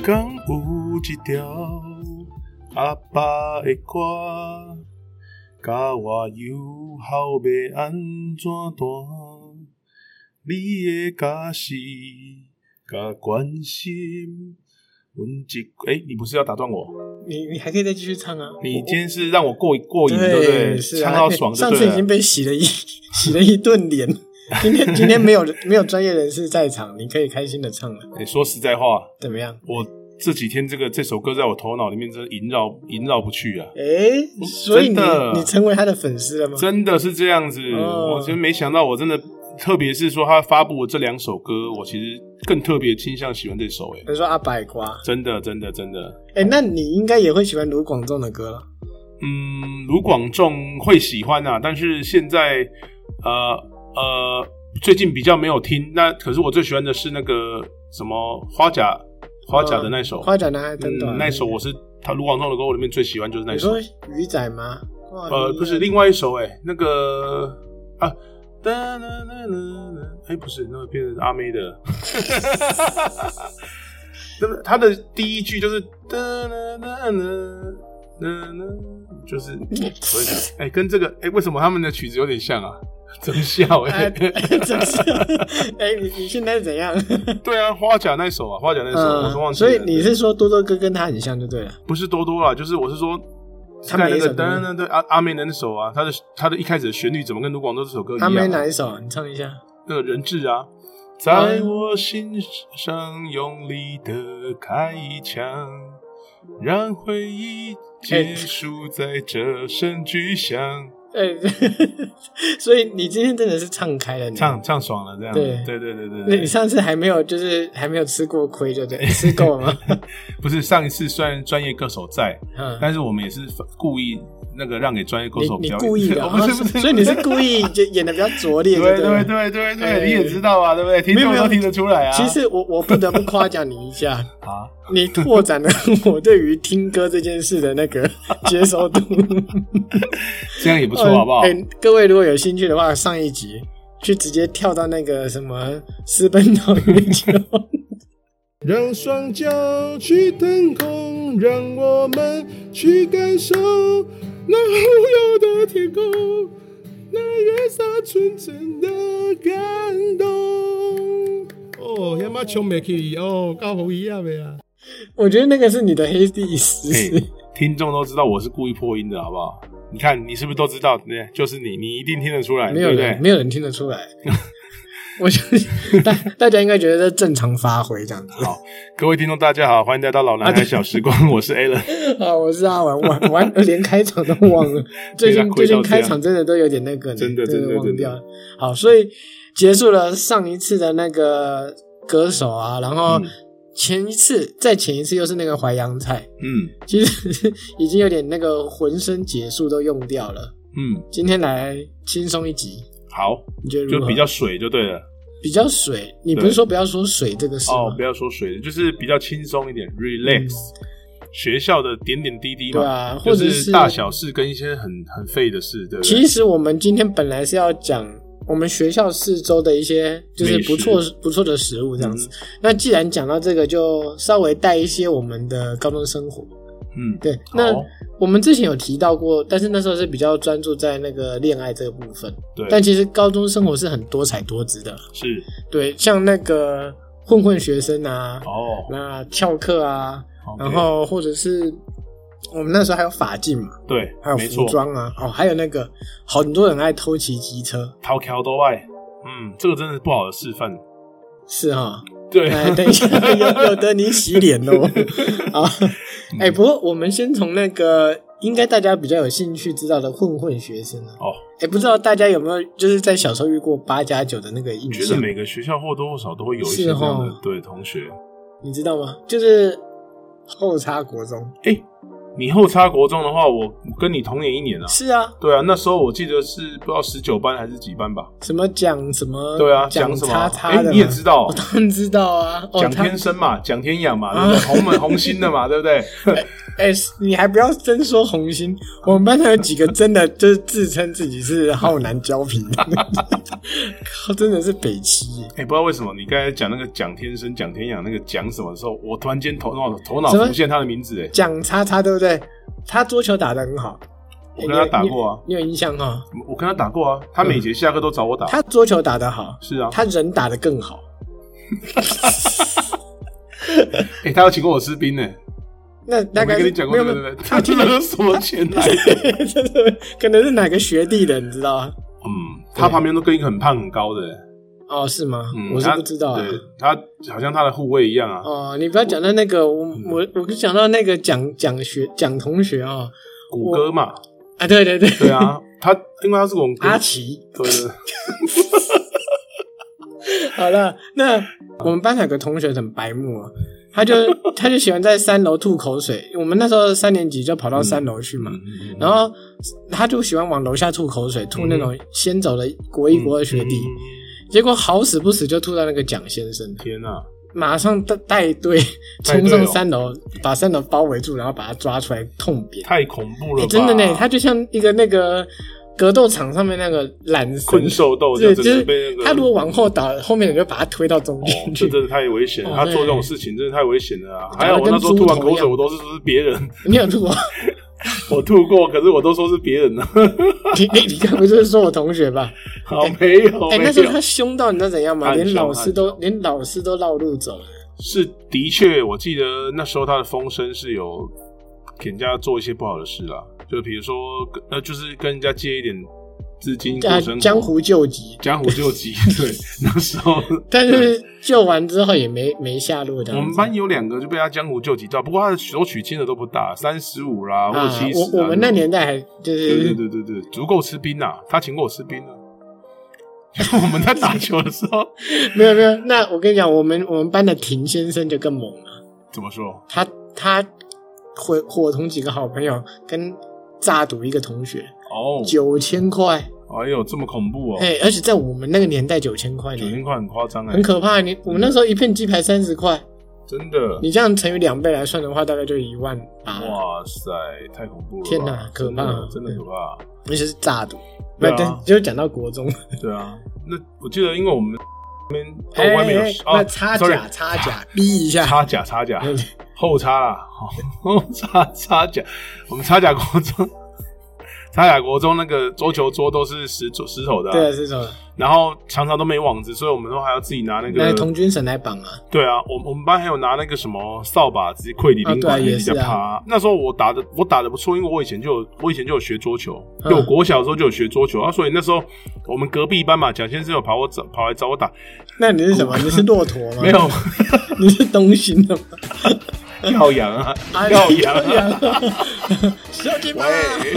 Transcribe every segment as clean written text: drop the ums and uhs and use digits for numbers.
敢有一条阿爸的歌，甲我有好要安怎弹？你的假是甲关心，你不是要打断我？ 你还可以再继续唱啊！ 你今天是让我过瘾，对不对？ 是啊， 唱到爽就对了。 上次已经被洗了一顿脸，今天没有专业人士在场，你可以开心的唱了。 说实在话， 怎么样？ 我这几天这首歌在我头脑里面真的萦绕不去啊！ 所以你成为他的粉丝了吗？ 真的是这样子，我真没想到，我真的。特别是说他发布的这2首歌，我其实更特别倾向喜欢这首。 你说阿白瓜， 真的。 那你应该也会喜欢卢广仲的歌了。 卢广仲会喜欢啊，但是现在最近比较没有听。那可是我最喜欢的是那个什么花甲的那首花甲男孩灯短， 那首我是他卢广仲的歌，我里面最喜欢就是那首。 你说鱼仔吗？ 不是另外一首那个啊。不是，那个变成阿妹的。他的第一句就是就是跟这个为什么他们的曲子有点像啊？真笑真笑你现在是怎样？ 对啊，花甲那首我都忘记了。 所以你是说多多哥跟他很像就对了？ 不是多多啦，就是我是说。他那个对阿妹的那首啊，他的一开始的旋律怎么跟卢广仲这首歌一样？ 阿妹哪一首？你唱一下。 那个人质啊，在我心上用力的开一枪，让回忆结束在这声巨响。 所以你今天真的是唱开了， 唱爽了这样。对。 你上次还没有吃过亏，对不对？吃够了吗？ 不是，上一次虽然专业歌手在，但是我们也是故意那个让给专业歌手表演。 你故意的，不是，所以你是故意就演的比较拙劣， 对，你也知道啊，对不对？听众都听得出来啊。 其实我不得不夸奖你一下啊，你拓展了我对于听歌这件事的那个接受度， 这样也不错，好不好？ 各位如果有兴趣的话，上一集去直接跳到那个什么私奔到月球。 让双脚去腾空，让我们去感受那无忧的天空，那月色纯真的感动。遐嘛唱不起到胡一样的啊！ 我觉得那个是你的黑历史。 听众都知道我是故意破音的，好不好？你看，你是不是都知道？对，就是你一定听得出来， 没有人听得出来。我相信大家应该觉得这正常发挥这样子。 好，各位听众大家好，欢迎来到老男孩小时光，我是 Alan。 好，我是阿玩，连开场都忘了。最近开场真的都有点那个， 真的忘掉了。好，所以结束了上一次的那个歌手啊，然后再前一次又是那个淮扬菜。其实已经有点那个浑身解数都用掉了。今天来轻松一集。 好， 你觉得如何？ 就比较水就对了。 比较水，你不是说不要说水这个事吗？ 不要说水，就是比较轻松一点 ，relax。学校的点点滴滴嘛， 对啊，或者是大小事跟一些很废的事，对不对？ 其实我们今天本来是要讲我们学校四周的一些就是不错的食物这样子。那既然讲到这个，就稍微带一些我们的高中生活。对。那我们之前有提到过，但是那时候是比较专注在那个恋爱这个部分。 对。 但其实高中生活是很多彩多姿的。 是。 对，像那个混学生啊，那翘课啊，然后或者是我们那时候还有发镜嘛， 对， 还有服装啊，还有那个很多人爱偷骑机车， 偷桥都爱，这个真的是不好的示范。 是哈。 对， 等一下有得你洗脸咯。好，不过我们先从那个应该大家比较有兴趣知道的混学生啊。不知道大家有没有就是在小时候遇过8+9的那个印象？ 觉得每个学校或多或少都会有一些这样的对同学， 你知道吗？就是后插国中。 你后插国中的话，我跟你同年一年啊。 是啊， 对啊，那时候我记得是不知道19班还是几班吧。 什么奖什么？ 对啊， 奖什么？ 叉叉的， 你也知道？ 我当然知道啊。 蒋天生嘛，蒋天养嘛，对不对？红星的嘛，对不对？ 你还不要真说红星，我们班上有几个真的就是自称自己是浩南胶皮，真的是北七耶。 不知道为什么你刚才讲那个蒋天生、蒋天养那个蒋什么的时候，我突然间头脑浮现他的名字蒋叉叉，对不对？他桌球打得很好， 我跟他打过啊， 你有印象哈？ 我跟他打过啊，他每节下课都找我打。 他桌球打得好， 是啊， 他人打得更好。 他有请过我吃冰呢。 那大概我没跟你讲过，对，他真的是什么钱来的？ 可能是哪个学弟的，你知道吗？ 他旁边都跟一个很胖很高的。 哦，是吗？我是不知道啊。 对，他好像他的护卫一样啊。 哦，你不要讲到那个，我讲到那个蒋同学啊， 谷歌嘛。 啊，对。 对啊，因为他是我们阿奇。 对。 好了，那我们班有个同学很白目啊，他就喜欢在3楼吐口水。我们那时候3年级就跑到3楼去嘛，然后他就喜欢往楼下吐口水，吐那种先走的国1国2学弟。结果好死不死就吐到那个蒋先生， 天啊！ 马上带队冲上3楼，把3楼包围住，然后把他抓出来痛扁。 太恐怖了吧！ 真的呢，他就像一个那个格斗场上面那个懒神困兽斗， 就是被那个他如果往后倒，后面人就把他推到中间去。 这真的太危险了！他做这种事情真的太危险了啊！还有我那时候吐完口水，我都是说是别人。 你有吐过？ 我吐过，可是我都说是别人的。 你刚不是说我同学吧？ 好，没有。 那时候他凶到你知道怎样吗？连老师都绕路走了。 是的确，我记得那时候他的风声是有给人家做一些不好的事啦，就比如说就是跟人家借一点资金过生活， 江湖救急， 对，那时候。 但是救完之后也没下落的。 我们班有2个就被他江湖救急到，不过他的所取金额都不大，35啦或者70 我们那年代还就是对，足够吃冰啊，他请过我吃冰啊。我们在打球的时候， 没有。那我跟你讲，我们班的廷先生就更猛了。 怎么说？ 他伙同几个好朋友跟诈赌一个同学，9000块。 哎呦，这么恐怖哦！ 而且在我们那个年代，9000块 ，9000块很夸张很可怕。我们那时候一片鸡排30块， 真的。 你这样乘以2倍来算的话，大概就18000。 哇塞，太恐怖了！ 天哪，可怕， 真的可怕。 尤其是诈赌。 对啊， 就讲到国中。 对啊，那我记得，因为我们那边外面有那擦甲逼一下， 擦甲后擦啦，后擦甲，我们擦甲国中那个桌球桌都是石头的， 对，石头的， 然后常常都没网子，所以我们都还要自己拿那个童军绳来绑啊。对啊，我们班还有拿那个什么扫把直接跪地宾馆，也是爬。那时候我打得不错，因为我以前就有学桌球，就我国小的时候就有学桌球啊，所以那时候我们隔壁班嘛，蒋先生有跑来找我打。 那你是什么？你是骆驼吗？ 没有， 你是东兴的吗？ 耀阳啊，耀阳！ 小弟们，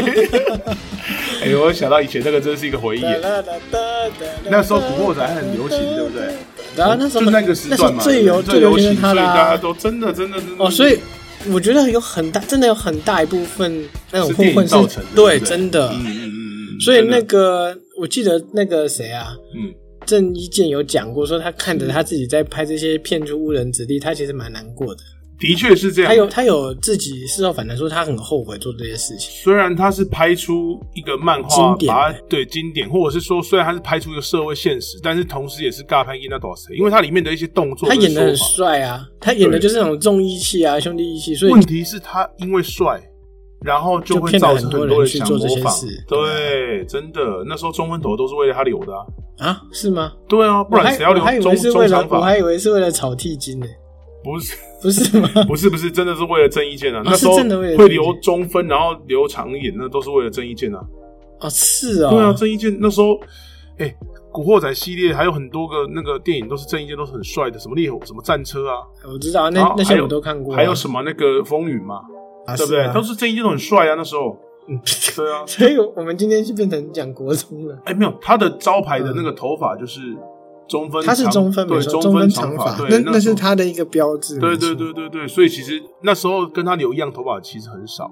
我想到以前那个真是一个回忆。那时候古惑仔还很流行，对不对？ 然后那时候就那个时段嘛， 最流行他啦， 大家都真的哦，所以我觉得真的有很大一部分那种混混造成的， 对，真的，所以那个我记得那个谁啊，郑伊健有讲过，说他看着他自己在拍这些骗出误人子弟，他其实蛮难过的。 的确是这样， 他有自己事后反弹说他很后悔做这些事情。 虽然他是拍出一个漫画，把它对经典，或者是说虽然他是拍出一个社会现实，但是同时也是尬拍那多谁，因为他里面的一些动作， 他演得很帅啊，他演的就是那种重义气啊，兄弟义气。所以问题是他因为帅，然后就会造成很多人去做这些事。对，真的，那时候中分头都是为了他留的啊？是吗？ 对啊，不然谁要留中长发？ 我还以为是为了炒剃金呢。 不是吗？不是，真的是为了郑伊健啊！那时候会留中分，然后留长眼，那都是为了郑伊健啊！ 是啊， 对啊，郑伊健那时候，古惑仔系列还有很多个那个电影都是郑伊健都是很帅的，什么什么战车啊， 我知道那些我都看过， 还有什么那个风云嘛，对不对？都是郑伊健都很帅啊，那时候。对啊， 所以我们今天就变成讲国中了。 没有，他的招牌的那个头发就是中分， 他是中分， 对，中分长发， 那是他的一个标志。 对，所以其实那时候跟他留一样头发其实很少。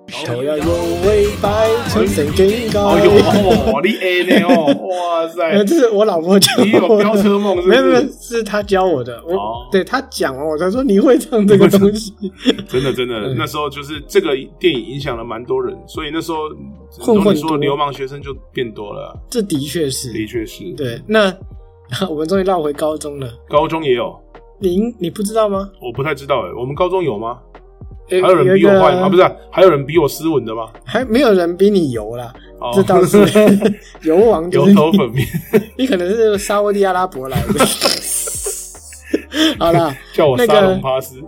头要有尾巴，成身更高。 哎呦，你会呢哦，哇塞！ 这是我老婆教我的。 你有飙车梦是不是？ 没有，是她教我的。对她讲哦，她说你会唱这个东西。 真的，那时候就是这个电影影响了蛮多人，所以那时候混混说流氓学生就变多了。 这的确是，对。那我们终于绕回高中了。 高中也有。 你不知道吗？ 我不太知道我们高中有吗？还有人比我坏吗？不是还有人比我斯文的吗？ 还没有人比你油啦，这倒是油王， 油头粉面。 你可能是沙烏地阿拉伯来的。好啦， 叫我沙龙帕斯。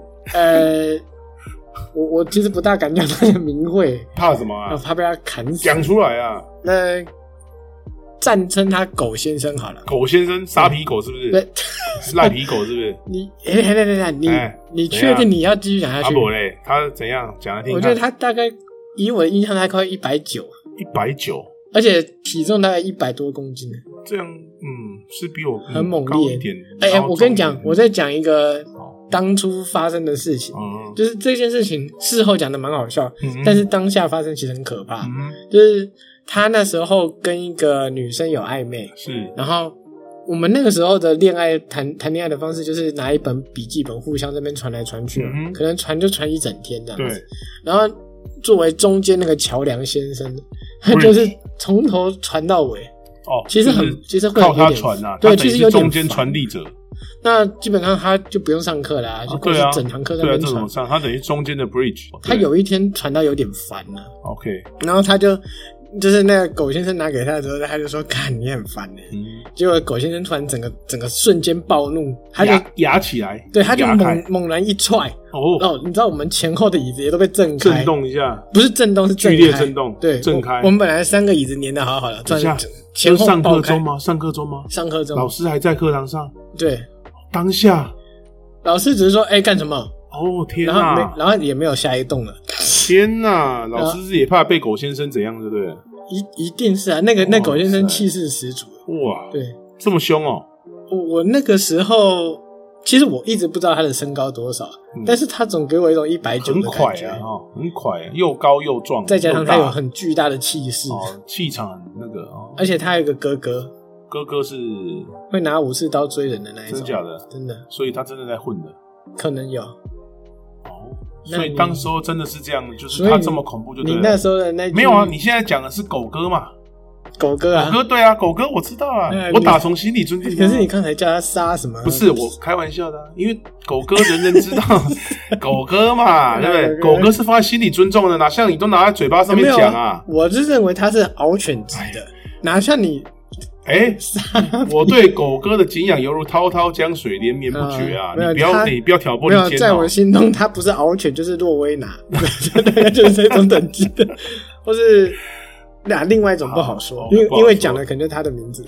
我其实不大敢讲他的名讳， 怕什么啊？ 怕被他砍死。 讲出来啊！ 那暂称他狗先生好了。 狗先生，沙皮狗是不是？ 对， 赖皮狗是不是？ 你确定你要继续讲下去？ 不嘞，他怎样讲来听看？ 我觉得他大概以我的印象，他快190，而且体重大概100多公斤。 这样，是比我很猛烈一点。 我跟你讲，我在讲一个当初发生的事情，就是这件事情事后讲的蛮好笑，但是当下发生其实很可怕。就是他那时候跟一个女生有暧昧，然后我们那个时候的恋爱谈恋爱的方式就是拿一本笔记本互相这边传来传去，可能传一整天这样子。然后作为中间那个桥梁先生，他就是从头传到尾。其实会靠他传啊， 对，其实有点中间传递者。 那基本上他就不用上课啦，就过去整堂课在那边传。 他等于中间的 bridge。 他有一天传到有点烦了 ，OK， 然后他就是那个狗先生拿给他的时候，他就说：“看你很烦欸。”结果狗先生突然整个瞬间暴怒，他就压起来， 对，他就猛然一踹。你知道我们前后的椅子也都被震开， 震动一下， 不是震动，是剧烈震动， 对， 震开。 我们本来3个椅子粘得好好的， 等一下， 前后上课中吗？上课中，老师还在课堂上。 对， 当下老师只是说：“干什么？” 天哪！ 然后也没有下一动了。 天哪！老师也怕被狗先生怎样，对不对？ 一定是啊，那狗先生气势十足。 哇， 对， 这么凶哦！ 我那个时候，其实我一直不知道他的身高多少，但是他总给我一种190的感觉， 很快啊，又高又壮， 再加上他有很巨大的气势， 气场很那个而且他有一个哥哥是会拿武士刀追人的那一种， 真假的？ 真的， 所以他真的在混的， 可能有。 所以当时候真的是这样，就是他这么恐怖就对了。 你那时候的那没有啊？你现在讲的是狗哥嘛？ 狗哥啊， 对啊，狗哥我知道啊，我打从心里尊敬他。 可是你刚才叫他杀什么？ 不是我开玩笑的，因为狗哥人人知道，狗哥嘛，对不对？狗哥是放在心里尊重的，哪像你都拿在嘴巴上面讲啊？ 我是认为他是獒犬级的，哪像你。 我对狗哥的敬仰犹如滔滔江水连绵不绝啊！你不要挑拨离间。 在我心中，他不是獒犬就是洛威纳，就是这种等级的，或是另外一种不好说，因为讲的可能就是他的名字。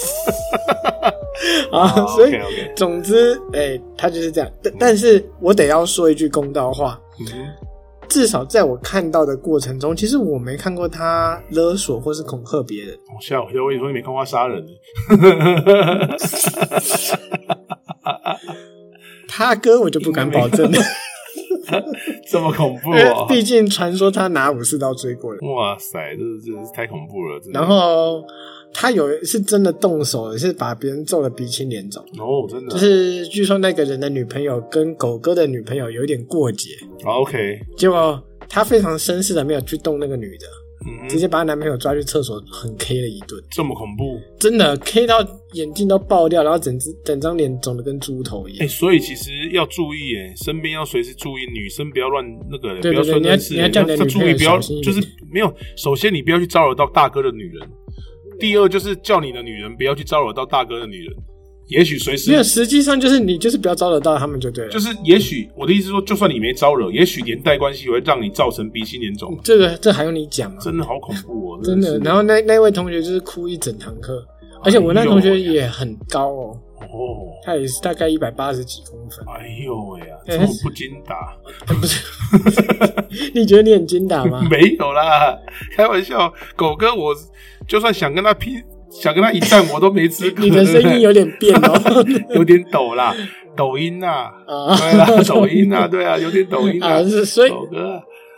所以总之，他就是这样。但是我得要说一句公道话。至少在我看到的过程中，其实我没看过他勒索或是恐吓别人。 吓我一跳，我以为你没看过他杀人。 他哥我就不敢保证了。 这么恐怖哦！ 毕竟传说他拿武士刀追过人。 哇塞，这是太恐怖了！真的。 然后他是真的动手，是把别人揍得鼻青脸肿。 真的。 就是据说那个人的女朋友跟狗哥的女朋友有一点过节。 OK。 结果他非常绅士的没有去动那个女的。直接把她男朋友抓去厕所狠 K 了一顿。 这么恐怖？ 真的 K 到眼睛都爆掉，然后整张脸肿得跟猪头一样。 所以其实要注意身边要随时注意，女生不要乱那个， 对不要说认识， 你要叫你的女朋友小心一点。 就是没有，首先你不要去招惹到大哥的女人，第二就是叫你的女人不要去招惹到大哥的女人。也许随时没有，实际上就是你就是不要招惹到他们就对了。 就是也许我的意思是说，就算你没招惹，也许连带关系会让你造成鼻青脸肿。 这还用你讲啊？ 真的好恐怖哦！ 真的。然后那位同学就是哭一整堂课，而且我那同学也很高哦。他也是大概180几公分。 哎呦喂呀，这么不经打？ 不是？你觉得你很精打吗？ 没有啦，开玩笑。狗哥，我就算想跟他拼。想跟他一战，我都没资格。 你的声音有点变哦， 有点抖啦，抖音啊，对啦，抖音啊，对啊，有点抖音啊。 所以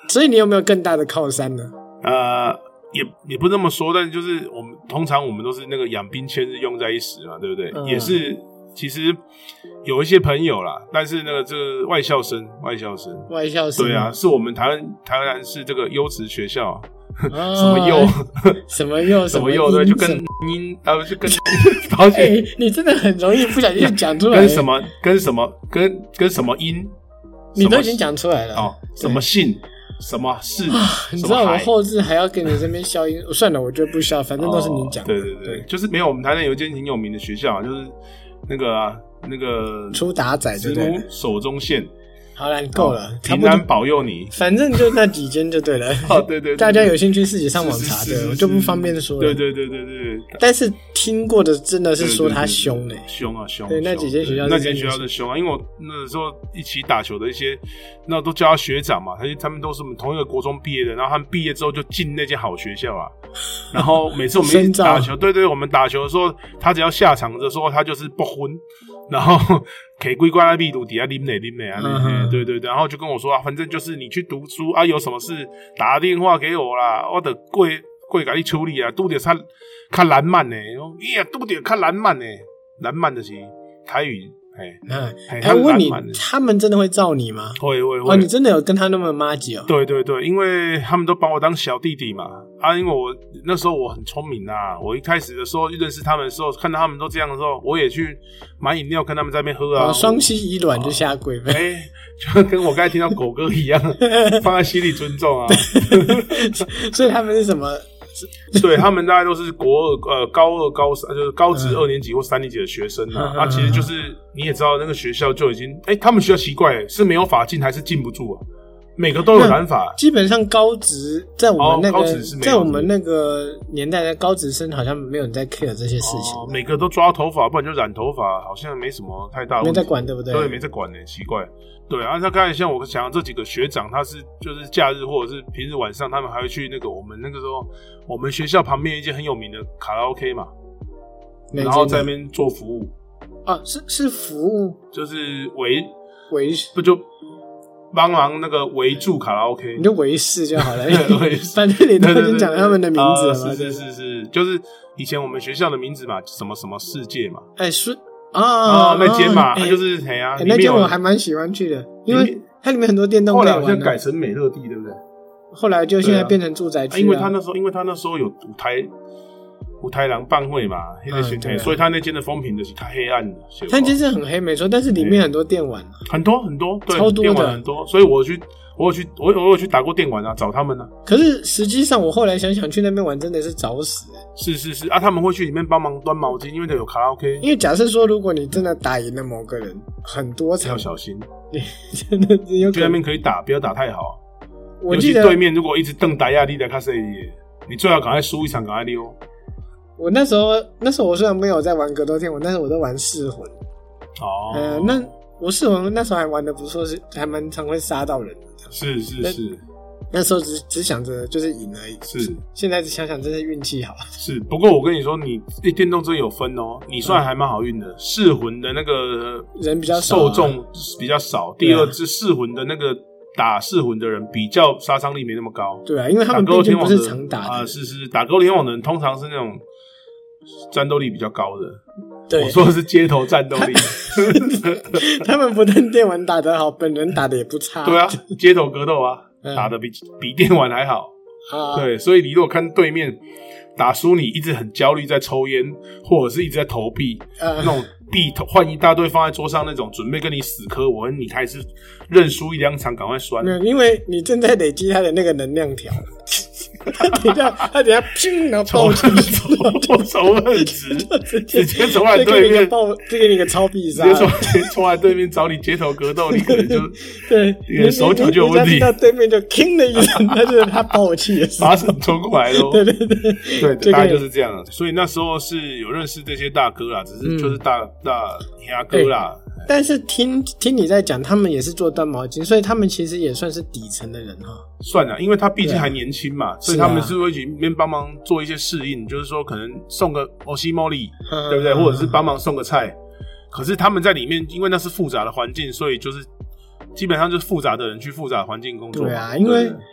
所以你有没有更大的靠山呢？ 也不这么说，但就是通常我们都是那个养兵千日，用在一时嘛，对不对？也是，其实有一些朋友啦，但是那个这个外校生，对啊，是我们台湾是这个优质学校啊。什么幼什么幼，对，就跟就跟抱歉， 你真的很容易不小心就讲出来， 跟什么音， 你都已经讲出来了哦，什么姓，什么事， 你知道我后置还要跟你这边消音，算了，我就不消，反正都是你讲的。 对，就是没有我们台南有一间挺有名的学校，就是那个出打仔， 子母手中线。 好了，你够了， 平安保佑你。 反正就那几间就对了。 对， 大家有兴趣自己上网查的，我就不方便说了。 对。 但是听过的真的是说他凶凶。 对，那几间学校是凶啊，因为我那时候一起打球的一些，那都叫他学长嘛，他们都是我们同一个国中毕业的，然后他们毕业之后就进那间好学校啊。然后每次我们一起打球，对，我们打球的时候，他只要下场的时候，他就是不昏，然后可以规关在壁炉底下拎嘞啊，对，然后就跟我说啊，反正就是你去读书啊，有什么事打电话给我啦，我得过给你处理啊，拄着较难慢呢，拄着较难慢呢，难慢的是台语。 我问你，他们真的会罩你吗？ 会哦，你真的有跟他那么麻吉哦？ 对，因为他们都把我当小弟弟嘛。因为我那时候我很聪明啊，我一开始的时候认识他们的时候，看到他们都这样的时候，我也去买饮料跟他们在那边喝啊。 双膝以卵就下跪呗， 就跟我刚才听到狗哥一样，放在心里尊重啊。 所以他们是什么？ 对，他们大概都是国二、高二、高三，就是高职2年级或3年级的学生啊。其实就是你也知道，那个学校就已经，他们学校奇怪，是没有法禁还是禁不住啊？每个都有染法。 基本上高职在我们那个，在我们那个年代的高职生好像没有人在 care 这些事情。 每个都抓头发，不然就染头发，好像没什么太大问题。 没在管，对不对？ 对，没在管奇怪。对啊，他刚才像我想的这几个学长，他是就是假日或者是平日晚上，他们还会去那个我们那个时候我们学校旁边一间很有名的卡拉 OK 嘛，然后在那边做服务啊，是服务， 就是不就帮忙那个围住卡拉 OK， 你就围视就好了。反正你都已经讲了他们的名字了嘛。 是，就是以前我们学校的名字嘛，什么什么世界嘛。 那间嘛，就是那间我还蛮喜欢去的，因为它里面很多电动可以玩。 后来好像改成美乐蒂，对不对？ 后来就现在变成住宅区。 因为他那时候有舞台廊办会嘛，所以他那间的风评就是太黑暗的。 他间是很黑没错，但是里面很多电玩， 很多，对，超多的电玩很多，所以我有去打过电玩啊，找他们啊。 可是实际上我后来想想去那边玩真的是找死。 是啊，他们会去里面帮忙端毛巾，因为有卡拉 OK。 因为假设说，如果你真的打赢了某个人，很多场要小心， 真的有可能。 去那边可以打，不要打太好。 我记得对面如果一直瞪打压力的卡塞里，你最好赶快输一场，赶快溜。 我那时候我虽然没有在玩格斗天王，但是我都玩噬魂。那我噬魂那时候还玩的不错，是还蛮常会杀到人的。 是。 那时候只想着就是赢而已。 是。 现在想想真是运气好。 是。不过我跟你说，你电动真有分哦，你算还蛮好运的。噬魂的那个人比较少， 受众比较少。第二是噬魂的那个打噬魂的人比较杀伤力没那么高。 对啊，因为他们毕竟不是常打的啊。是打格斗天王的人通常是那种战斗力比较高的。 对， 我说的是街头战斗力。 他们不但电玩打得好，本人打得也不差。 对啊，街头格斗啊，打得比电玩还好。对，所以你如果看对面打输你，一直很焦虑在抽烟，或者是一直在投币，那种币换一大堆放在桌上那种，准备跟你死磕，你还是认输1-2场，赶快酸。 因为你正在累积他的那个能量条。他等一下砰，然后爆气， 仇恨值，直接冲来对面， 就给你个超必杀， 直接冲来对面找你街头格斗，你可能就对， 你的手脚就有问题。 到对面就 king 的一声，他就是他爆气， 马上冲过来咯。对，大概就是这样。所以那时候是有认识这些大哥啦，只是就是大兄哥啦。 但是听你在讲，他们也是做端毛巾，所以他们其实也算是底层的人哈。 算了，因为他毕竟还年轻嘛，所以他们是会去里面帮忙做一些适应，就是说可能送个欧西莫里，对不对？或者是帮忙送个菜。可是他们在里面，因为那是复杂的环境，所以就是基本上就是复杂的人去复杂的环境工作。 对啊，因为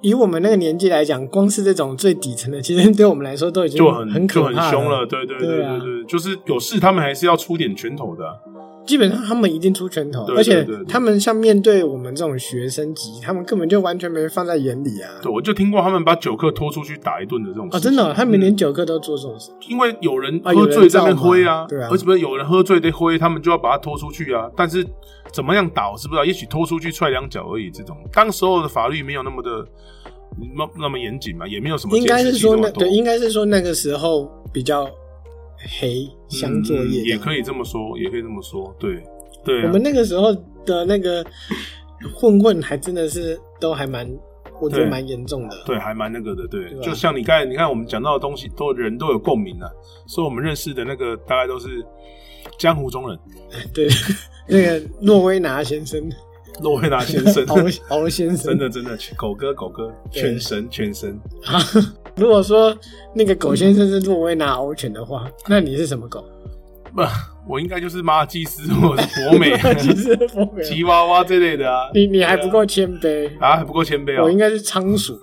以我们那个年纪来讲，光是这种最底层的，其实对我们来说都已经很可怕了， 就很凶了。对，就是有事他们还是要出点拳头的。 基本上他们一定出拳头，而且他们像面对我们这种学生级，他们根本就完全没放在眼里啊。 对，我就听过他们把酒客拖出去打一顿的这种事情。 真的，他们连酒客都做这种事。 因为有人喝醉在那边挥啊， 对啊， 而且不是有人喝醉在挥，他们就要把他拖出去啊。但是怎么样打我是不知道，也许拖出去踹2脚而已。这种当时候的法律没有那么严谨嘛，也没有什么应该是说对，应该是说那个时候比较黑乡作业， 也可以这么说，对、啊， 我们那个时候的那个混还真的是都还蛮，我觉得蛮严重的， 对，还蛮那个的，对，就像你刚才你看我们讲到的东西，人都有共鸣啊，所以我们认识的那个大概都是江湖中人，对， 那个诺威拿先生， 濠先生， 敖先生， 真的，狗哥，犬神。 如果说那个狗先生是诺威拿獒犬的话，那你是什么狗？ 不，我应该就是马尔济斯或者是博美、吉娃娃这类的啊。 你还不够谦卑啊，还不够谦卑哦。 我应该是仓鼠，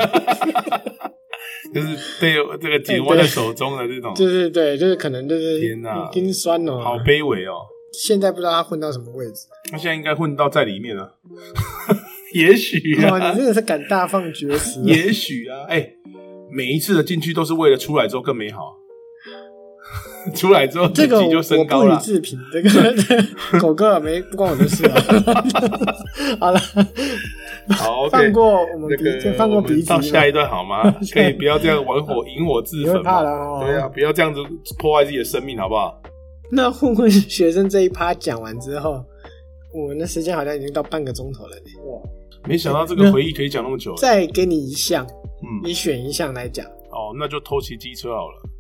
就是被这个紧握在手中的这种。 就是可能就是天哪， 心酸哦， 好卑微哦。 现在不知道他混到什么位置， 他现在应该混到在里面了，也许啊。 哇，你真的是敢大放厥词。 也许啊，每一次的进去都是为了出来之后更美好。出来之后自己就升高了。 这个我不予置评，这个狗哥不关我的事啊。好了， 好， 放过我们放过彼此。 到下一段好吗？可以不要这样引火自焚嘛？对啊，不要这样子破坏自己的生命，好不好？ 那混学生这一趴讲完之后，我们的时间好像已经到半个钟头了呢。哇， 没想到这个回忆可以讲那么久。 再给你一项，你选一项来讲。 哦，那就偷骑机车好了。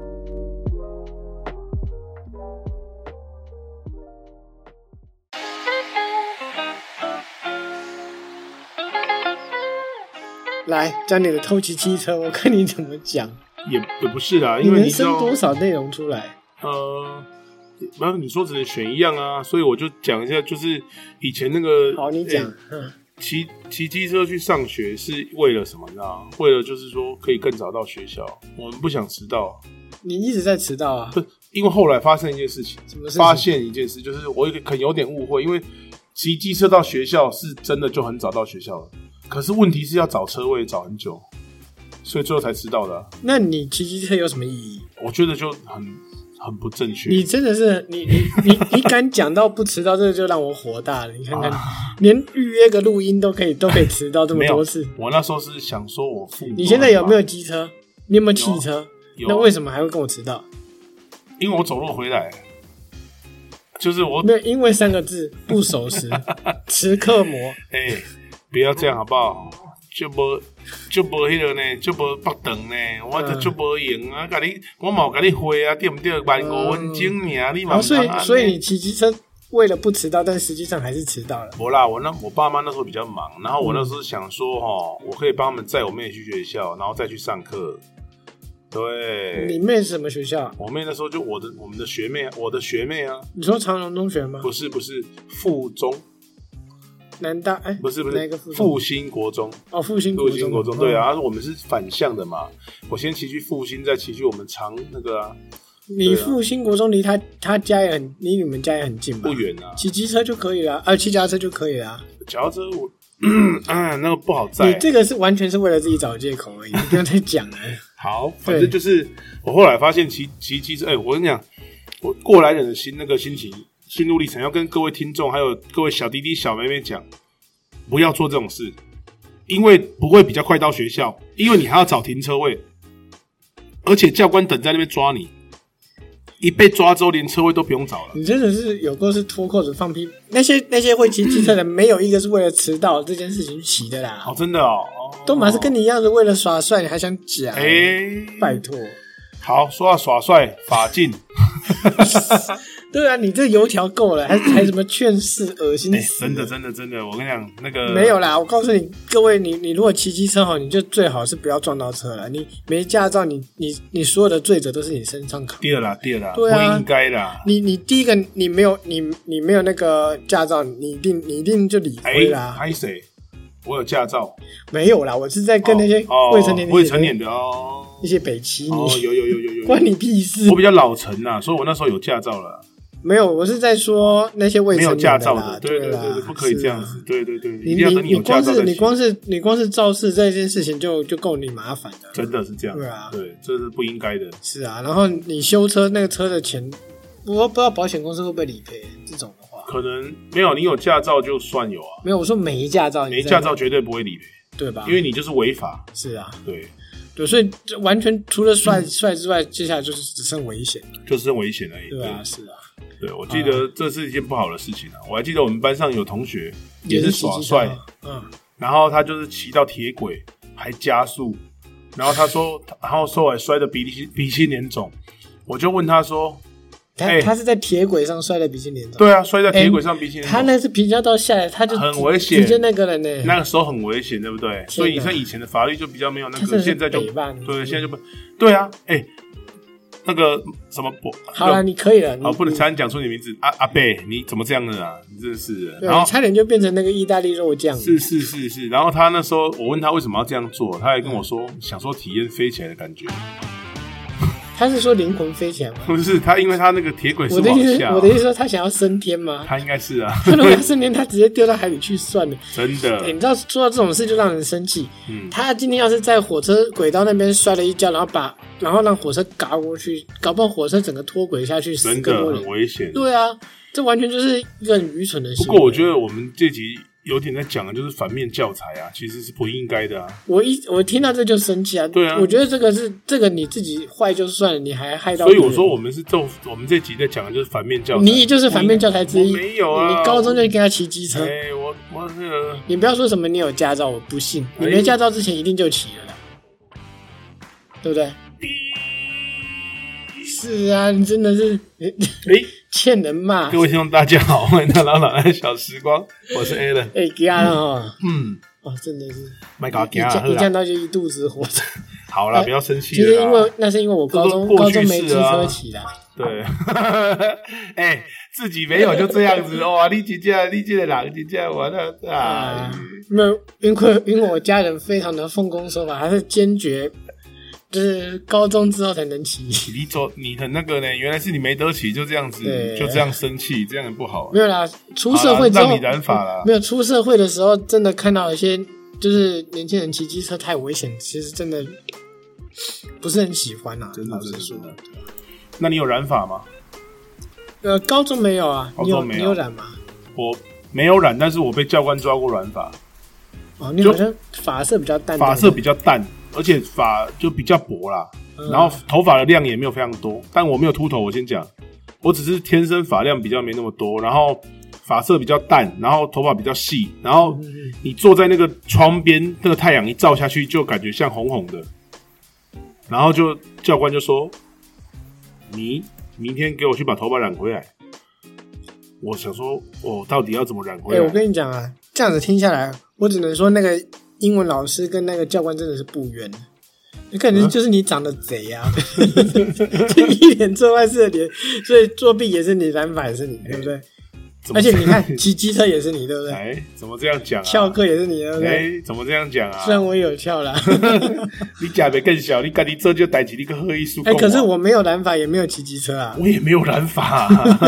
来，讲你的偷骑机车，我看你怎么讲。 也不是啦，因为你能生多少内容出来？ 不是你说只能选一样啊，所以我就讲一下，就是以前那个。 好，你讲。 骑机车去上学是为了什么？你知道吗？为了就是说可以更早到学校，我们不想迟到。 你一直在迟到啊？ 不，因为后来发生一件事情， 什么事情？ 发现一件事，就是我可能有点误会，因为骑机车到学校是真的就很早到学校了，可是问题是要找车位找很久，所以最后才迟到的啊。那你骑机车有什么意义？ 我觉得就很不正确。 你真的是你敢讲到不迟到，这个就让我火大了。你看看，连预约个录音都可以迟到这么多次。 我那时候是想说我父母。 你现在有没有机车？你有没有汽车？那为什么还会跟我迟到？ 因为我走路回来，就是我没有因为3个字不守时，迟刻魔。 不要这样好不好？就无迄个呢，就无北长呢，我就无用啊！我冇甲你回啊，对不对？慢5分钟尔，你嘛。 所以你骑机车为了不迟到，但实际上还是迟到了。 不啦，我爸妈那时候比较忙，然后我那时候想说我可以帮他们载我妹去学校，然后再去上课。对， 你妹是什么学校？ 我妹那时候就我们的学妹啊，我的学妹啊。 你说长荣中学吗？ 不是，附中。 南大不是哪个复兴国中哦，复兴国中对啊，我们是反向的嘛。我先骑去复兴，再骑去我们长那个啊。 你复兴国中离他家也很，离你们家也很近吧？ 不远啊， 骑机车就可以了骑脚踏车就可以了。 脚踏车我那个不好载。 你这个是完全是为了自己找借口而已，你不要再讲了。 好，反正就是我后来发现骑机车，我跟你讲，我过来人的那个心情。心路历程要跟各位听众还有各位小弟弟小妹妹讲，不要做这种事，因为不会比较快到学校，因为你还要找停车位，而且教官等在那边抓你，一被抓之后连车位都不用找了。 你真的是有够是脱扣子放屁，那些会骑机车的没有一个是为了迟到这件事情去骑的啦。 真的哦， 都马是跟你一样的为了耍帅，你还想讲？拜托。 好，说到耍帅，法禁。 对啊，你这油条够了，还什么劝世恶心死？ 真的，我跟你讲，那个没有啦。我告诉你，各位，你如果骑机车你就最好是不要撞到车了。你没驾照，你所有的罪责都是你身上扛。 对啦，对啊，不应该啦。 你第一个，你没有那个驾照，你一定就理亏啦。 我有驾照。 没有啦，我是在跟那些未成年的一些北七有， 关你屁事。 我比较老成啊，所以我那时候有驾照了。 没有，我是在说那些未成年的啦， 没有驾照的， 对， 不可以这样子，对， 你一定要等你有驾照再行。你光是肇事这件事情就够你麻烦的， 真的是这样，对啊，对，这是不应该的。 是啊，然后你修车那个车的钱，我不知道保险公司会不会理赔这种的话， 可能没有，你有驾照就算有啊， 没有，我说没驾照绝对不会理赔， 对吧？ 因为你就是违法。 是啊， 对， 所以完全除了帅之外，接下来就是只剩危险， 就是剩危险而已。 对啊，是啊。 对，我记得这是一件不好的事情啊！我还记得我们班上有同学也是耍帅，然后他就是骑到铁轨还加速，然后他说，然后后来摔得鼻青脸肿，我就问他说， 他是在铁轨上摔得鼻青脸肿？ 对啊，摔在铁轨上鼻青脸肿。 他那是平交道下来，他就很危险， 直接那个人呢， 那个时候很危险，对不对？所以你看以前的法律就比较没有那个，现在就对，现在就不对啊，那个什么好了，你可以了。 好，不能差点讲出你名字。阿贝，你怎么这样的啊？你真的是。 然后差点就变成那个意大利肉酱。 是。然后他那时候，我问他为什么要这样做，他还跟我说，想说体验飞起来的感觉。 他是说灵魂飞起来吗？ 不是，他因为他那个铁轨是往下。 我的意思说，他想要升天吗？ 他应该是啊。 他如果要升天，他直接丢到海里去算了。 真的。 你知道说到这种事就让人生气。他今天要是在火车轨道那边摔了一跤，然后让火车嘎过去，搞不好火车整个脱轨下去，死更多人， 很危险。 对啊，这完全就是一个很愚蠢的行为。 不过我觉得我们这集有点在讲的就是反面教材啊，其实是不应该的啊。我听到这就生气啊。 对啊， 我觉得这个你自己坏就算了，你还害到。 所以我说我们这集在讲的就是反面教材。 你就是反面教材之一。 没有啊， 你高中就跟他骑机车。 我那个。 你不要说什么你有驾照，我不信。你没驾照之前一定就骑了啦，对不对？是啊，你真的是欠人骂。 各位听众大家好，欢迎到老奶奶小时光，我是 Alan。 惊了真的是，一见到就一肚子火。 好啦，不要生气了。 其实那是因为我高中没机车骑啦。 对，自己没有就这样子哇！你这个人，你这我那啊， 没有，因为我家人非常的奉公守法，还是坚决。就是高中之后才能骑。 你很那个呢，原来是你没得骑，就这样子，就这样生气，这样很不好。 没有啦，出社会之后让你染发啦。 没有出社会的时候，真的看到一些就是年轻人骑机车太危险，其实真的不是很喜欢啊。 真的。那你有染发吗？ 高中没有啊。 高中没有。 你有染吗？ 我没有染，但是我被教官抓过染发。 你好像发色比较淡。 发色比较淡。而且发就比较薄啦，然后头发的量也没有非常多，但我没有秃头，我先讲，我只是天生发量比较没那么多，然后发色比较淡，然后头发比较细，然后你坐在那个窗边，那个太阳一照下去，就感觉像红红的，然后就教官就说：“你明天给我去把头发染回来。”我想说，我到底要怎么染回来？ 我跟你讲啊，这样子听下来，我只能说那个。英文老师跟那个教官真的是不冤，可能就是你长得贼啊，就一脸做坏事的脸，所以作弊也是你，染发也是你，对不对？而且你看骑机车也是你，对不对？ 怎么这样讲啊？ 翘课也是你，对不对？ 怎么这样讲啊？ 虽然我也有翘啦， 你假的更小，你自己做就代志，你个喝艺术。 可是我没有染发，也没有骑机车啊， 我也没有染发。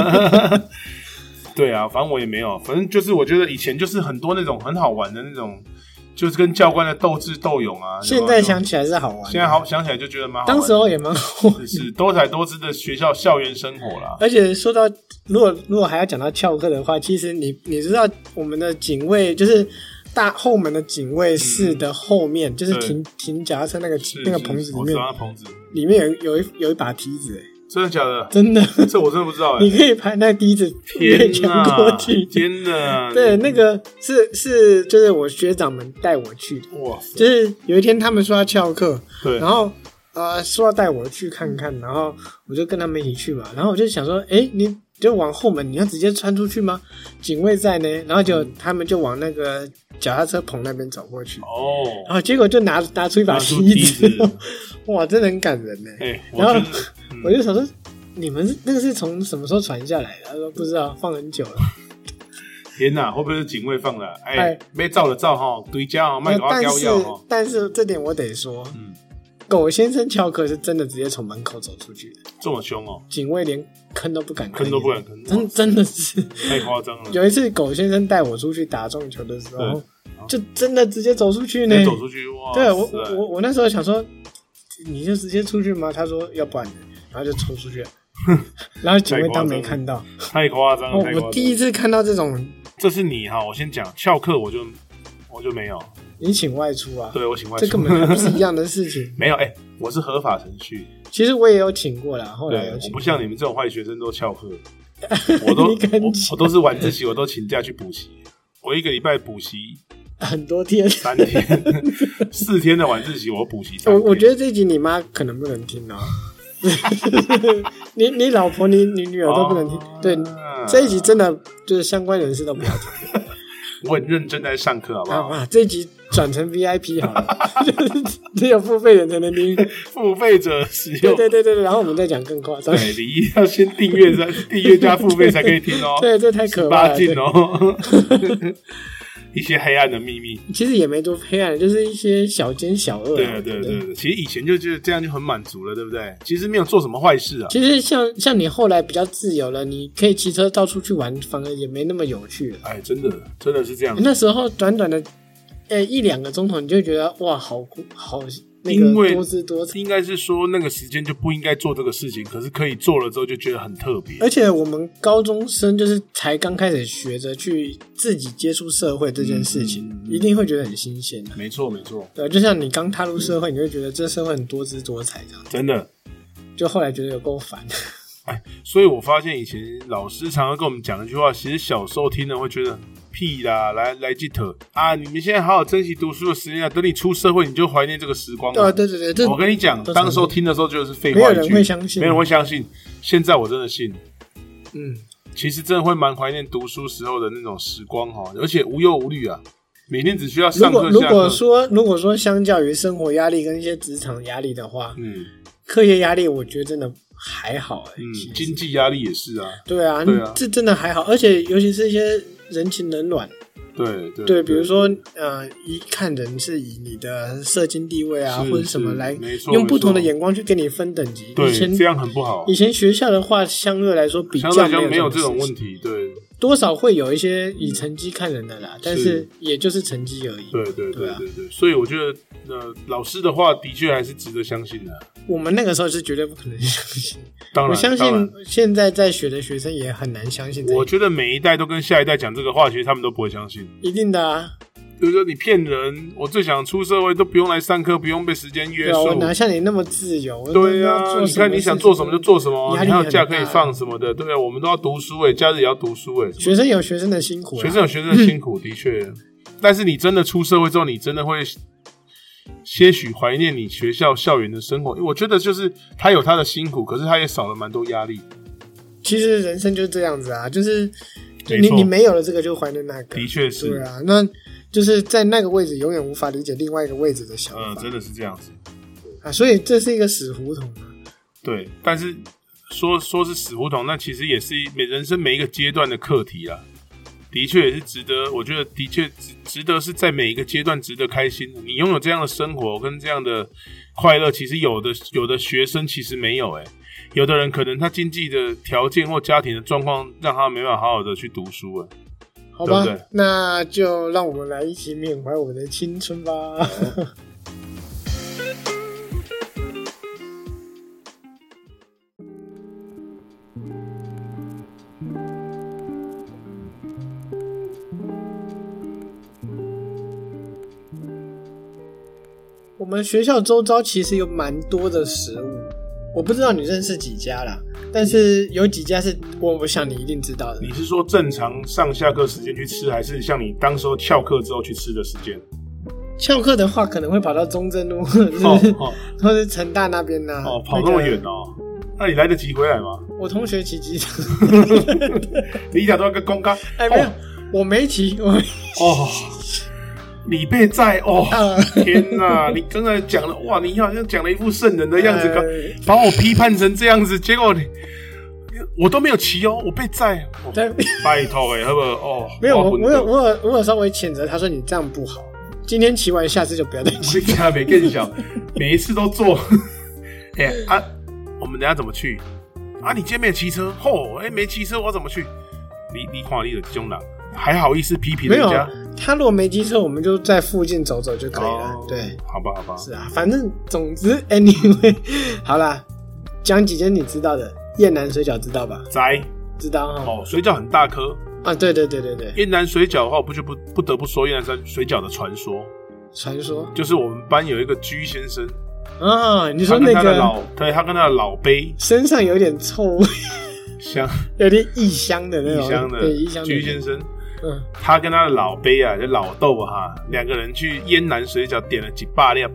对啊，反正我也没有，反正就是我觉得以前就是很多那种很好玩的那种。就是跟教官的斗智斗勇啊！ 现在想起来是好玩的， 现在想起来就觉得蛮好玩的。 当时候也蛮好玩的， 是多彩多姿的校园生活啦。 而且说到，如果还要讲到翘课的话，其实你知道我们的警卫就是大后门的警卫室的后面，就是停脚踏车那个棚子里面，里面有一把梯子。 真的假的？ 真的， 这我真的不知道。 你可以拍那梯子越墙过去。 天哪！ 对，那个是就是我学长们带我去的。哇！就是有一天他们说要翘课，对，然后说要带我去看看，然后我就跟他们一起去嘛。然后我就想说，你就往后门，你要直接穿出去吗？警卫在呢，然后他们就往那个脚踏车棚那边走过去。然后结果就拿出一把梯子，哇，真的很感人呢。然后我就想说，你们那个是从什么时候传下来的？他说不知道，放很久了。 天哪，会不会是警卫放的？被照的照哈，对家哈，卖给我叼药哈。 但是这点我得说，狗先生翘课是真的直接从门口走出去的， 这么凶哦！ 警卫连坑都不敢坑， 真的是太夸张了。 有一次狗先生带我出去打撞球的时候，就真的直接走出去呢。 走出去哇！ 对我那时候想说，你就直接出去吗？他说要不然，然后就冲出去了。然后警卫当没看到， 太夸张了。 我第一次看到这种， 这是你哈，我先讲翘课，我就没有。 你请外出啊？ 对，我请外出， 这根本不是一样的事情。 没有，我是合法程序。 其实我也有请过啦，后来有请过。 我不像你们这种坏学生都翘课，我都是晚自习，我都请假去补习。我一个礼拜补习很多天 ，3天，4天的晚自习，我补习3天。 我觉得这一集你妈可能不能听哦。你老婆你女儿都不能听，对，这一集真的就是相关人士都不要听。 我很认真在上课，好不好？ 这一集转成 VIP 好了，就是只有付费人才能听， 付费者使用。 对，然后我们再讲更夸张。 对，你一定要先订阅加付费才可以听哦。 对，这太可怕了。18禁哦。一些黑暗的秘密， 其实也没多黑暗，就是一些小奸小恶。 对，其实以前就觉得这样就很满足了，对不对？其实没有做什么坏事啊。 其实像你后来比较自由了，你可以骑车到处去玩，反而也没那么有趣了。 真的是这样。 那时候短短的1-2个钟头，你就觉得哇，好。 因为多姿多彩， 应该是说那个时间就不应该做这个事情，可是可以做了之后就觉得很特别。 而且我们高中生就是才刚开始学着去自己接触社会这件事情，一定会觉得很新鲜。 没错， 对，就像你刚踏入社会，你会觉得这社会很多姿多彩这样。 真的， 就后来觉得有够烦。 所以我发现以前老师常常跟我们讲一句话，其实小时候听了会觉得屁啦，来记特啊！你们现在好好珍惜读书的时间啊，等你出社会你就怀念这个时光了。 对， 我跟你讲，当时候听的时候就是废话一句， 没有人会相信。 现在我真的信。其实真的会蛮怀念读书时候的那种时光哈，而且无忧无虑啊，每天只需要上课下课。 如果说相较于生活压力跟一些职场压力的话，课业压力我觉得真的还好经济压力也是啊。 对啊，这真的还好，而且尤其是一些人情冷暖。对，比如说一看人是以你的社经地位啊，或者什么来用不同的眼光去跟你分等级。 对，这样很不好。 以前学校的话，相对来说比较没有这种问题。对， 多少会有一些以成绩看人的啦，但是也就是成绩而已。 对，所以我觉得老师的话的确还是值得相信的。 我们那个时候是绝对不可能相信， 当然， 我相信现在在学的学生也很难相信。 我觉得每一代都跟下一代讲这个话，其实他们都不会相信。 一定的啊。 比如说你骗人，我最想出社会都不用来上课，不用被时间约束。 我哪像你那么自由？ 对啊，你看你想做什么就做什么，你还有假可以放什么的，对啊，我们都要读书假日也要读书学生有学生的辛苦， 学生有学生的辛苦，的确。但是你真的出社会之后，你真的会些许怀念你学校校园的生活。我觉得就是他有他的辛苦，可是他也少了蛮多压力。 其实人生就是这样子啊，就是你没有了这个就怀念那个。 的确是。 对啊，那就是在那个位置永远无法理解另外一个位置的想法。 真的是这样子啊，所以这是一个死胡同啊。 对，但是说是死胡同，那其实也是人生每一个阶段的课题啦。的确也是值得，我觉得的确值得是在每一个阶段值得开心。你拥有这样的生活跟这样的快乐，其实有的学生其实没有有的人可能他经济的条件或家庭的状况让他没办法好好的去读书好吧， 对不对？ 那就让我们来一起缅怀我们的青春吧。我们学校周遭其实有蛮多的食物，我不知道你认识几家啦，但是有几家是我想你一定知道的。 你是说正常上下课时间去吃，还是像你当时候翘课之后去吃的时间？ 翘课的话可能会跑到中正路或者成大那边啊。 跑那么远那你来得及回来吗？ 我同学骑机车。 你一下都要跟公开没有，我没骑。 李备在天哪！你刚才讲了哇，你好像讲了一副圣人的样子，把我批判成这样子，结果我都没有骑哦，我被载。拜托好不好？ 没有，我有稍微谴责他说你这样不好。今天骑完，下次就不要再骑。 我没跟你讲，每一次都做。我们等一下怎么去？你今天没有骑车？没骑车我怎么去？你看你的这种人，还好意思批评人家？ 没有，他如果没机车，我们就在附近走走就可以了。对， 好吧。 是啊，反正总之 ，anyway， 好啦，讲几间你知道的。燕南水饺知道吧？知道哈。 水饺很大颗啊，对。 燕南水饺的话，不得不说燕南水饺的传说。 传说就是我们班有一个居先生啊，你说那个对，他跟他的老杯身上有点臭味， 香， 有点异乡的那种， 异乡的居先生。他跟他的老杯啊，就老豆哈，两个人去燕南水饺点了几百粒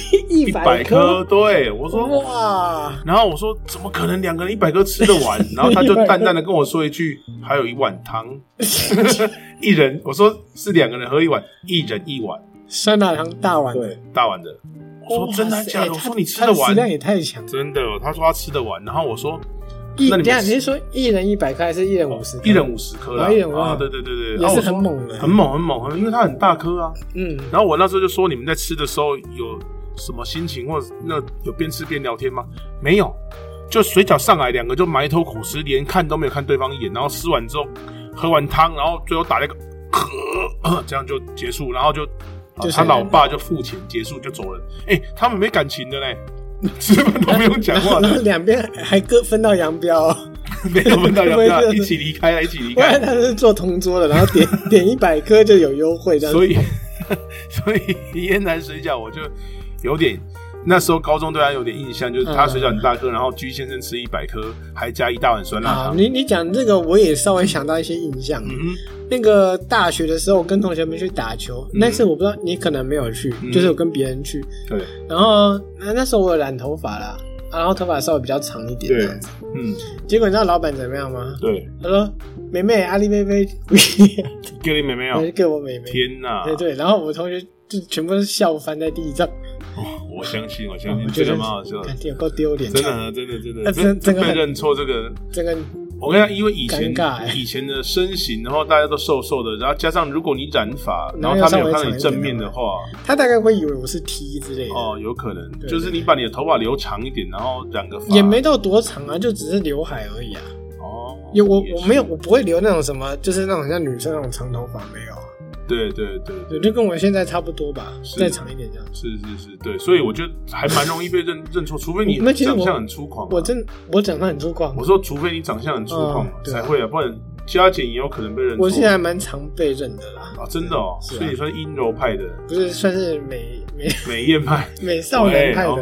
，100颗。对，我说哇，然后我说怎么可能两个人100颗吃得完？然后他就淡淡的跟我说一句，还有1碗汤，一人，我说是两个人喝1碗，一人1碗酸辣汤大碗， 对，大碗的。我说真的假的？我说你吃得完？ 食量也太强， 真的。他说他吃得完，然后我说。 那你是说一人100颗还是一人50颗？ 一人50颗啦。对， 也是很猛的， 很猛，因为它很大颗啊。然后我那时候就说，你们在吃的时候有什么心情，或者有边吃边聊天吗？没有，就水饺上来，两个就埋头苦吃，连看都没有看对方一眼，然后吃完之后喝完汤，然后最后打了一个咳，这样就结束，然后就他老爸就付钱结束就走了。他们没感情的嘞。吃饭都不用讲话， 然后两边还各分道扬镳， 没有分道扬镳，一起离开。不然他是做同桌的，然后点100颗就有优惠，这样。 所以燕南水饺我就有点，那时候高中对他有点印象，就是他水饺很大颗，然后居先生吃100颗，还加1大碗酸辣汤。 你讲这个，我也稍微想到一些印象。那个大学的时候跟同学们去打球，那次我不知道你可能没有去，就是我跟别人去。 对。 然后那时候我有染头发啦，然后头发稍微比较长一点这样子。结果你知道老板怎么样吗？ 对。 他说：“妹妹，阿丽妹妹， 给你妹妹哦， 给我妹妹。” 天哪！ 对。然后我同学就全部都笑翻在地上。 我相信，这个蛮好笑的。 有够丢脸， 真的被认错这个。我跟你讲，因为以前的身形，然后大家都瘦瘦的，然后加上如果你染发，然后他没有看到你正面的话， 他大概会以为我是 T 之类的。 有可能，就是你把你的头发留长一点，然后染个发， 也没到多长啊，就只是刘海而已啊。我不会留那种什么，就是那种像女生那种长头发，没有。对，就跟我现在差不多吧，再长一点这样。 是，对，所以我觉得还蛮容易被认错，除非你长相很粗犷。 我长相很粗犷。 我说，除非你长相很粗犷才会啊，不然加减也有可能被认错。 我现在还蛮常被认的啦。 真的哦，所以你算是阴柔派的， 不是算是美艳派、 美少年派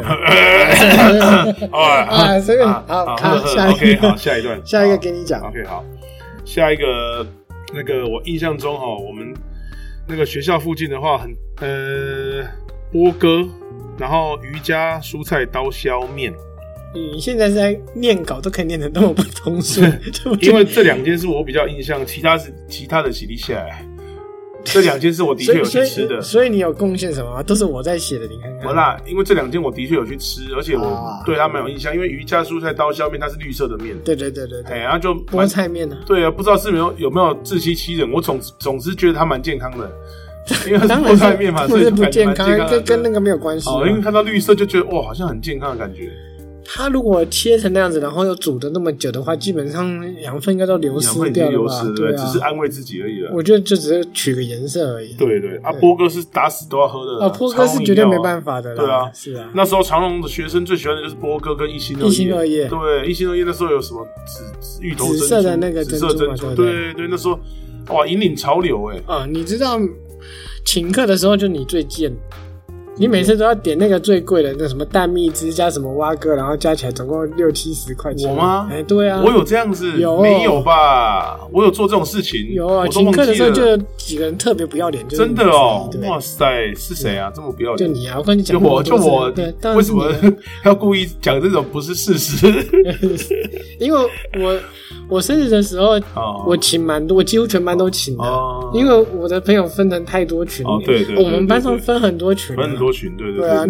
的。随便好， 下一个，好， 下一个给你讲。 OK， 好，下一个那个我印象中我们。那个学校附近的话，波哥，然后瑜伽蔬菜刀削面。 你现在是在念稿都可以念得那么不通顺， 因为这2间是我比较印象，其他的洗礼下来，这2间是我的确有去吃的。 所以你有贡献什么吗？都是我在写的，你看看。 好啦，因为这2间我的确有去吃，而且我对它蛮有印象，因为瑜伽蔬菜刀削面它是绿色的面。 对。 然后就菠菜面呢？ 对啊，不知道是有没有自欺欺人，我总之觉得它蛮健康的。因为它是菠菜面嘛，所以不健康，跟那个没有关系。 因为看到绿色就觉得哇，好像很健康的感觉。 它如果切成那样子，然后又煮的那么久的话，基本上养分应该都流失掉了吧？ 对，只是安慰自己而已了。 我觉得就只是取个颜色而已。 对，波哥是打死都要喝的。 波哥是绝对没办法的啦。 对啊， 是啊。 那时候长荣的学生最喜欢的就是波哥跟一心二叶。对，一心二叶那时候有什么芋头珍珠、 紫色的那个珍珠， 对，那时候哇引领潮流你知道请客的时候就你最贱。你每次都要点那个最贵的，那什么蛋蜜汁加什么蛙哥，然后加起来总共60-70块钱。 我吗？ 对啊， 我有这样子？没有吧？我有做这种事情？ 有啊，请客的时候就有几个人特别不要脸， 真的哦！哇塞，是谁啊？这么不要脸？ 就你啊！我跟你讲， 就我，为什么要故意讲这种不是事实？ 因为我生日的时候，我请蛮多，我几乎全班都请的，因为我的朋友分成太多群。 对， 我们班上分很多群。 分很多群，对啊，那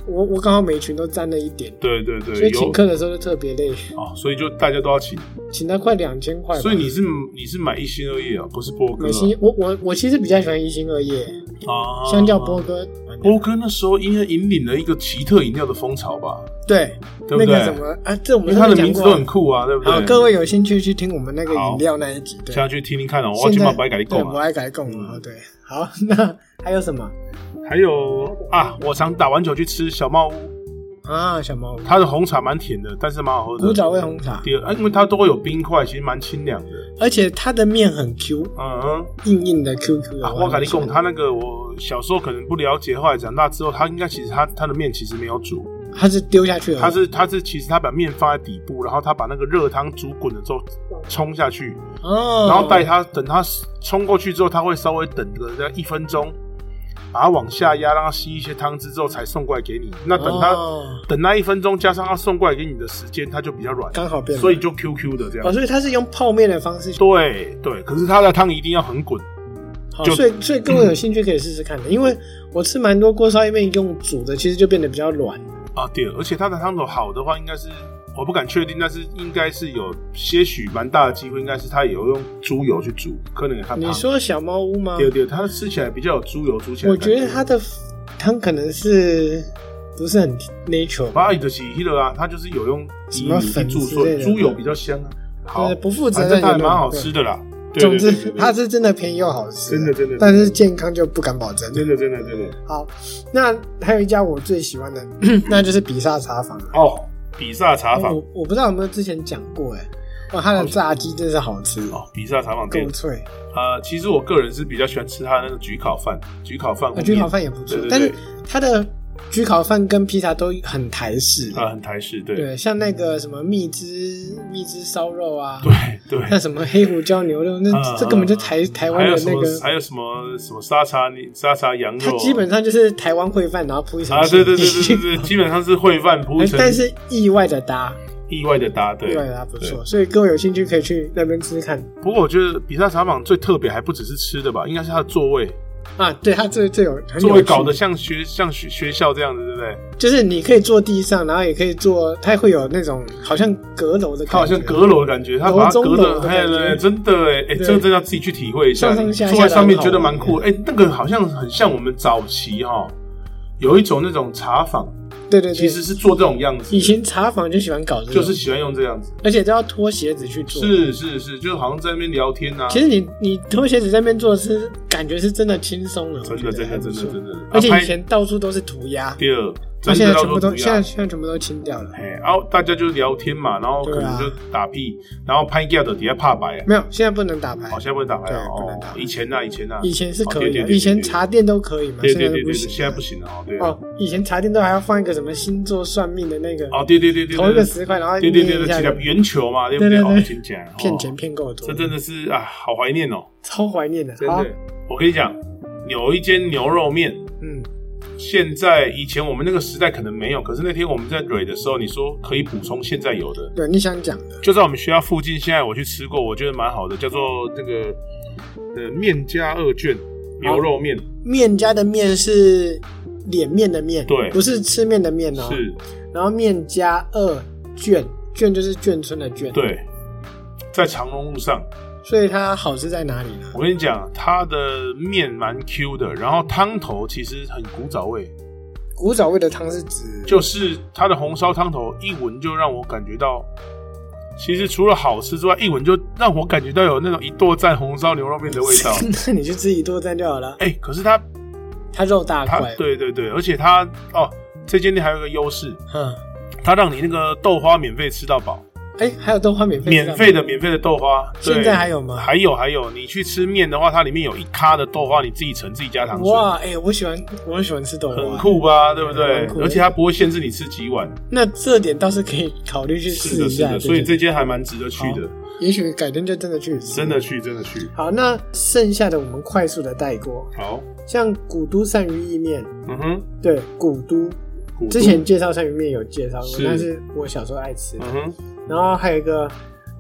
我刚好每群都沾了一点， 对对对， 所以请客的时候就特别累所以就大家都要请到快2000块。 所以你是买一心二叶不是波哥我其实比较喜欢一心二叶相较波哥。 波哥那时候应该引领了一个奇特饮料的风潮吧？ 对不对？那个什么这我们他的名字都很酷啊，对不对？ 好，各位有兴趣去听我们那个饮料那一集，对， 现在去听听看我今晚不爱改你对，不爱改供对。好，那还有什么？ 还有我常打完球去吃小帽屋小帽屋， 它的红茶蛮甜的，但是蛮好喝的， 古早味红茶。 第二，因为它都会有冰块，其实蛮清凉的， 而且它的面很 Q， 硬硬的 QQ 的。 我跟你讲，它那个我小时候可能不了解，后来长大之后，它应该其实它的面其实没有煮， 它是丢下去了。 它是其实它把面放在底部，然后它把那个热汤煮滚了之后冲下去，然后等它冲过去之后，它会稍微等个1分钟。把它往下压，让它吸一些汤汁之后才送过来给你。那等那1分钟，加上它送过来给你的时间，它就比较软， 刚好变， 所以就 QQ 的这样。 所以它是用泡面的方式。 对对，可是它的汤一定要很滚。 好，所以各位有兴趣可以试试看的，因为我吃蛮多锅烧意面用煮的，其实就变得比较软。 对，而且它的汤头好的话，应该是。我不敢确定，但是应该是有些许蛮大的机会，应该是它有用猪油去煮，可能它。 你说小猫屋吗？ 对，它吃起来比较有猪油煮起来。 我觉得它的汤可能是不是很 natural。 就是那个它就是有用什么粉煮，所以猪油比较香好，不负责任， 它还蛮好吃的啦。 总之，它是真的便宜又好吃， 真的， 但是健康就不敢保证。 真的。 好，那还有一家我最喜欢的，那就是比萨茶坊比萨茶坊， 我不知道有没有之前讲过它的炸鸡真是好吃比萨茶坊够脆。 其实我个人是比较喜欢吃它的那个焗烤饭也不错，但是它的焗烤饭跟披萨都很台式很台式，对， 像那个什么蜜汁烧肉对， 那什么黑胡椒牛肉，这根本就台湾的那个， 还有什么沙茶羊肉， 它基本上就是台湾烩饭，然后铺一层对，基本上是烩饭铺一层， 但是意外的搭， 对， 不错，所以各位有兴趣可以去那边吃吃看。 不过我觉得比萨茶坊最特别还不只是吃的吧，应该是它的座位。 对，它最有座位搞得像学校这样子，对不对？就是你可以坐地上，然后也可以坐，它会有那种好像阁楼的感觉， 它好像阁楼的感觉，它把它隔的，真的这个真的要自己去体会一下。 上下坐在上面觉得蛮酷，那个好像很像我们早期有一种那种茶坊。对，其实是做这种样子。 以前茶坊就喜欢搞这种， 就是喜欢用这样子， 而且都要脱鞋子去做。 是，就好像在那边聊天啊。 其实你脱鞋子在那边做是感觉是真的轻松了， 真的。 而且以前到处都是涂鸦。 第二。 现在全部都清掉了。 然后大家就聊天嘛，然后可能就打屁，然后拍 game 的底下怕白没有，现在不能打牌。 现在不能打牌不能打。 以前以前是可以的，以前茶店都可以嘛，现在不行。 现在不行了对。 以前茶店都还要放一个什么星座算命的那个。 对， 投一个10块，然后对，起来圆球嘛，对不对？ 骗钱骗够多。 这真的是好怀念超怀念的。 真的，我跟你讲，有一间牛肉面，现在以前我们那个时代可能没有，可是那天我们在蕊的时候，你说可以补充现在有的。 对，你想讲的就在我们学校附近，现在我去吃过，我觉得蛮好的，叫做那个面家2卷牛肉面。 面家的面是脸面的面， 对， 不是吃面的面是。 然后面家2卷，卷就是眷村的眷， 对，在长荣路上。 所以它好吃在哪里呢？ 我跟你讲，它的面蛮 Q 的，然后汤头其实很古早味。 古早味的汤是指？就是它的红烧汤头一闻就让我感觉到，其实除了好吃之外，一闻就让我感觉到有那种一剁赞红烧牛肉面的味道。 那你就吃一剁赞就好了。 可是它肉大块。 对，而且它这间店还有一个优势，它让你那个豆花免费吃到饱。 还有豆花免费的豆花， 现在还有吗？ 还有，你去吃面的话，它里面有1咖的豆花，你自己盛，自己加糖水。 哇，我很喜欢吃豆花， 很酷吧？对不对？而且它不会限制你吃几碗。 那这点倒是可以考虑去试一下。 是的，所以这间还蛮值得去的。 也许改天就真的去吃。 真的去。 好，那剩下的我们快速的带过。 好， 像古都鳝鱼意面，对，古都之前介绍鳝鱼面有介绍过，但是我小时候爱吃。然后还有一个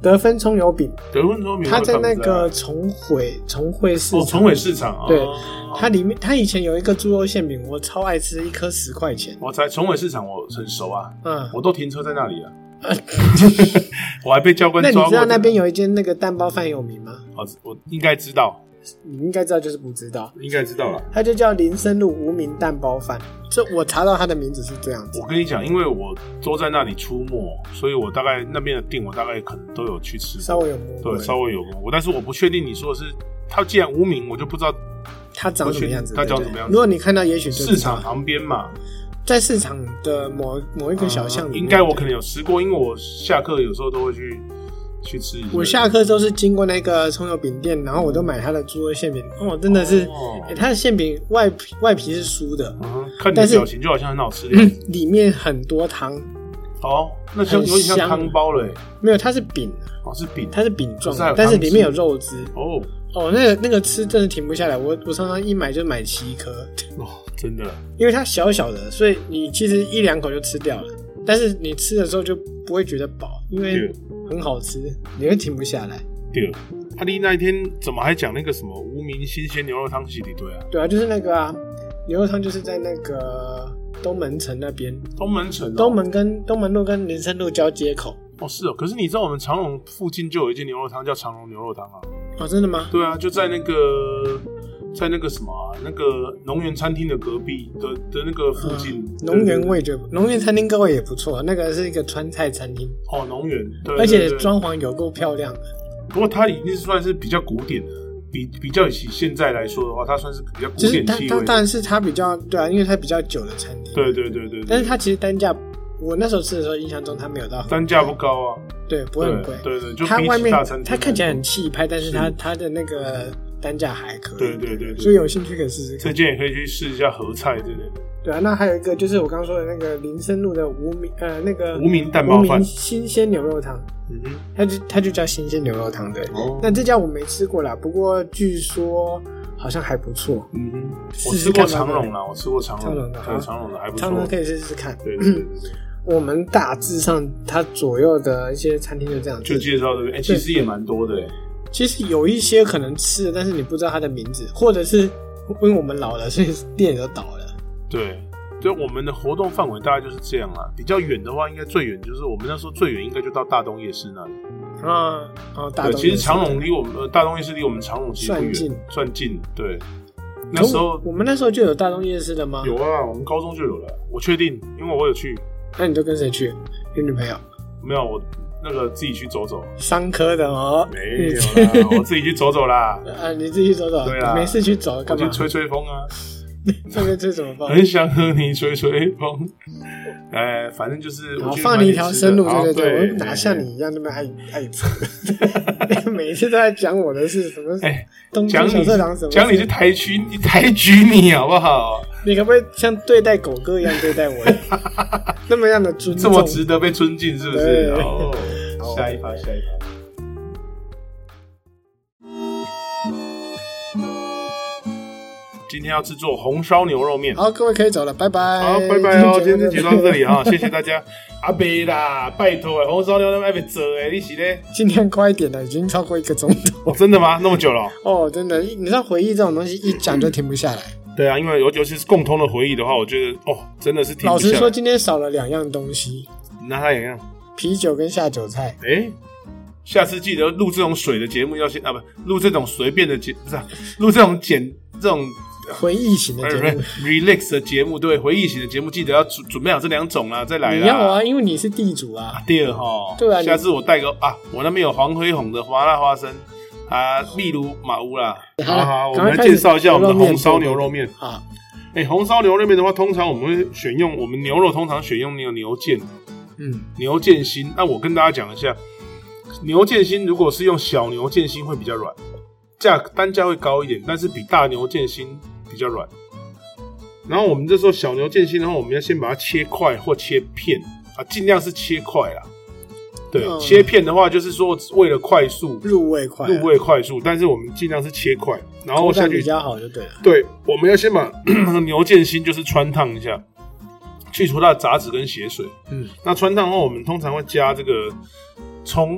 得分葱油饼，它在那个重汇市场， 重汇市场， 对，它里面它以前有一个猪肉馅饼，我超爱吃，一颗10块钱。 我在重汇市场我很熟啊，我都停车在那里啊。我还被教官抓过。 那你知道那边有一间那个蛋包饭有名吗？ 我应该知道。 你应该知道，就是不知道。 应该知道了。 它就叫林森路无名蛋包饭，这我查到它的名字是这样子。 我跟你讲，因为我都在那里出没，所以我大概那边的店，我大概可能都有去吃过， 稍微有摸过， 对，稍微有摸过，但是我不确定你说的是它既然无名，我就不知道它长什么样子。 它长什么样子？ 如果你看到，也许市场旁边嘛。 在市场的某一个小巷里面， 应该我可能有吃过，因为我下课有时候都会去吃一下。我下课都是经过那个葱油饼店，然后我都买它的猪肉馅饼。真的是，它的馅饼外皮是酥的， 看你的表情就好像很好吃的样子， 里面很多汤。 那就有点像汤包了耶。 没有，它是饼， 是饼， 它是饼状的，但是里面有肉汁。那个吃真的停不下来，我常常一买就买7颗。 真的， 因为它小小的，所以你其实1-2口就吃掉了，但是你吃的时候就不会觉得饱，因为很好吃，你会停不下来。 对，你那一天怎么还讲那个什么无名新鲜牛肉汤系列？ 对啊，就是那个啊，牛肉汤就是在那个东门城那边。东门路跟林森路交接口。 是哦，可是你知道我们长荣附近就有一间牛肉汤叫长荣牛肉汤啊？ 真的吗？ 对啊，就在那个什么那个农园餐厅的隔壁的那个附近。 农园我也觉得，农园餐厅各位也不错，那个是一个川菜餐厅。 农园，对， 而且装潢有够漂亮的。 不过它已经算是比较古典的，比较起现在来说的话，它算是比较古典气味。 它当然是它比较对啊，因为它比较久的餐厅。 对。 但是它其实单价，我那时候吃的时候印象中它没有到单价不高啊。 对，不会很贵。 对，就它外面它看起来很气派，但是它的那个单价还可以。 对， 所以有兴趣可以试试看。 这间也可以去试一下合菜之类的。 对啊，那还有一个就是我刚刚说的那个林森路的无名蛋包饭， 新鲜牛肉汤。它就叫新鲜牛肉汤对。那这家我没吃过啦，不过据说好像还不错。 我吃过长荣啦，我吃过长荣的还不错。 长荣可以试试看。 对。 我们大致上它左右的一些餐厅就这样子， 就介绍这边。其实也蛮多的。 其实有一些可能吃了，但是你不知道它的名字，或者是因为我们老了，所以店都倒了。 对，我们的活动范围大概就是这样啦。比较远的话，应该最远就是我们那时候最远应该就到大东夜市那里。 大东夜市。 其实长荣离我们大东夜市离我们长荣其实不远，算近。对，那时候我们那时候就有大东夜市的吗？ 有啊，我们高中就有了，我确定，因为我有去。 那你都跟谁去？跟女朋友？ 没有，我那个自己去走走。 商科的哦？ 没有啦，我自己去走走啦。 你自己去走走？对啊，没事去走干嘛？ 我去吹吹风啊。 这个吹什么风？ 很想和你吹吹风。反正就是我放你一条生路，对，我哪像你一样那么爱扯，每次都在讲我的是什么？东京小色狼什么？ 讲你是台局你好不好？ 你可不可以像对待狗哥一样对待我？那么样的尊重， 这么值得被尊敬，是不是？下一趴。今天要制作红烧牛肉面。 好，各位可以走了，拜拜。 好，拜拜哦。今天就解到这里哈，谢谢大家。阿伯啦，拜托红烧牛肉面还没做你是咧？ 今天快一点了，已经超过1个钟头。 真的吗？那么久了？ 真的。你知道回忆这种东西一讲就停不下来。 对啊，因为尤其是共同的回忆的话，我觉得真的是停不下来。 老实说，今天少了2样东西。 那它2样？ 啤酒跟下酒菜。 下次记得录这种水的节目要先录这种随便的不是录这种这种回忆型的节目 relax 的节目，对，回忆型的节目记得要准备好这2种啦，再来啦。 你要啊，因为你是地主啊。 对齁。 对啊。 下次我带个我那边有黄飞鸿的麻辣花生秘鲁马乌啦。好，我们来介绍一下我们的红烧牛肉面。红烧牛肉面的话，通常我们会选用我们牛肉，通常选用那个牛腱。牛腱心。那我跟大家讲一下，牛腱心如果是用小牛腱心会比较软，单价会高一点，但是比大牛腱心比较软。然后我们这时候小牛腱心的话，我们要先把它切块或切片尽量是切块啦。对，切片的话就是说为了快速入味快速，但是我们尽量是切块，然后下去比较好就对了。 对，我们要先把那个牛腱心就是汆烫一下，去除它的杂质跟血水。那汆烫的话，我们通常会加这个葱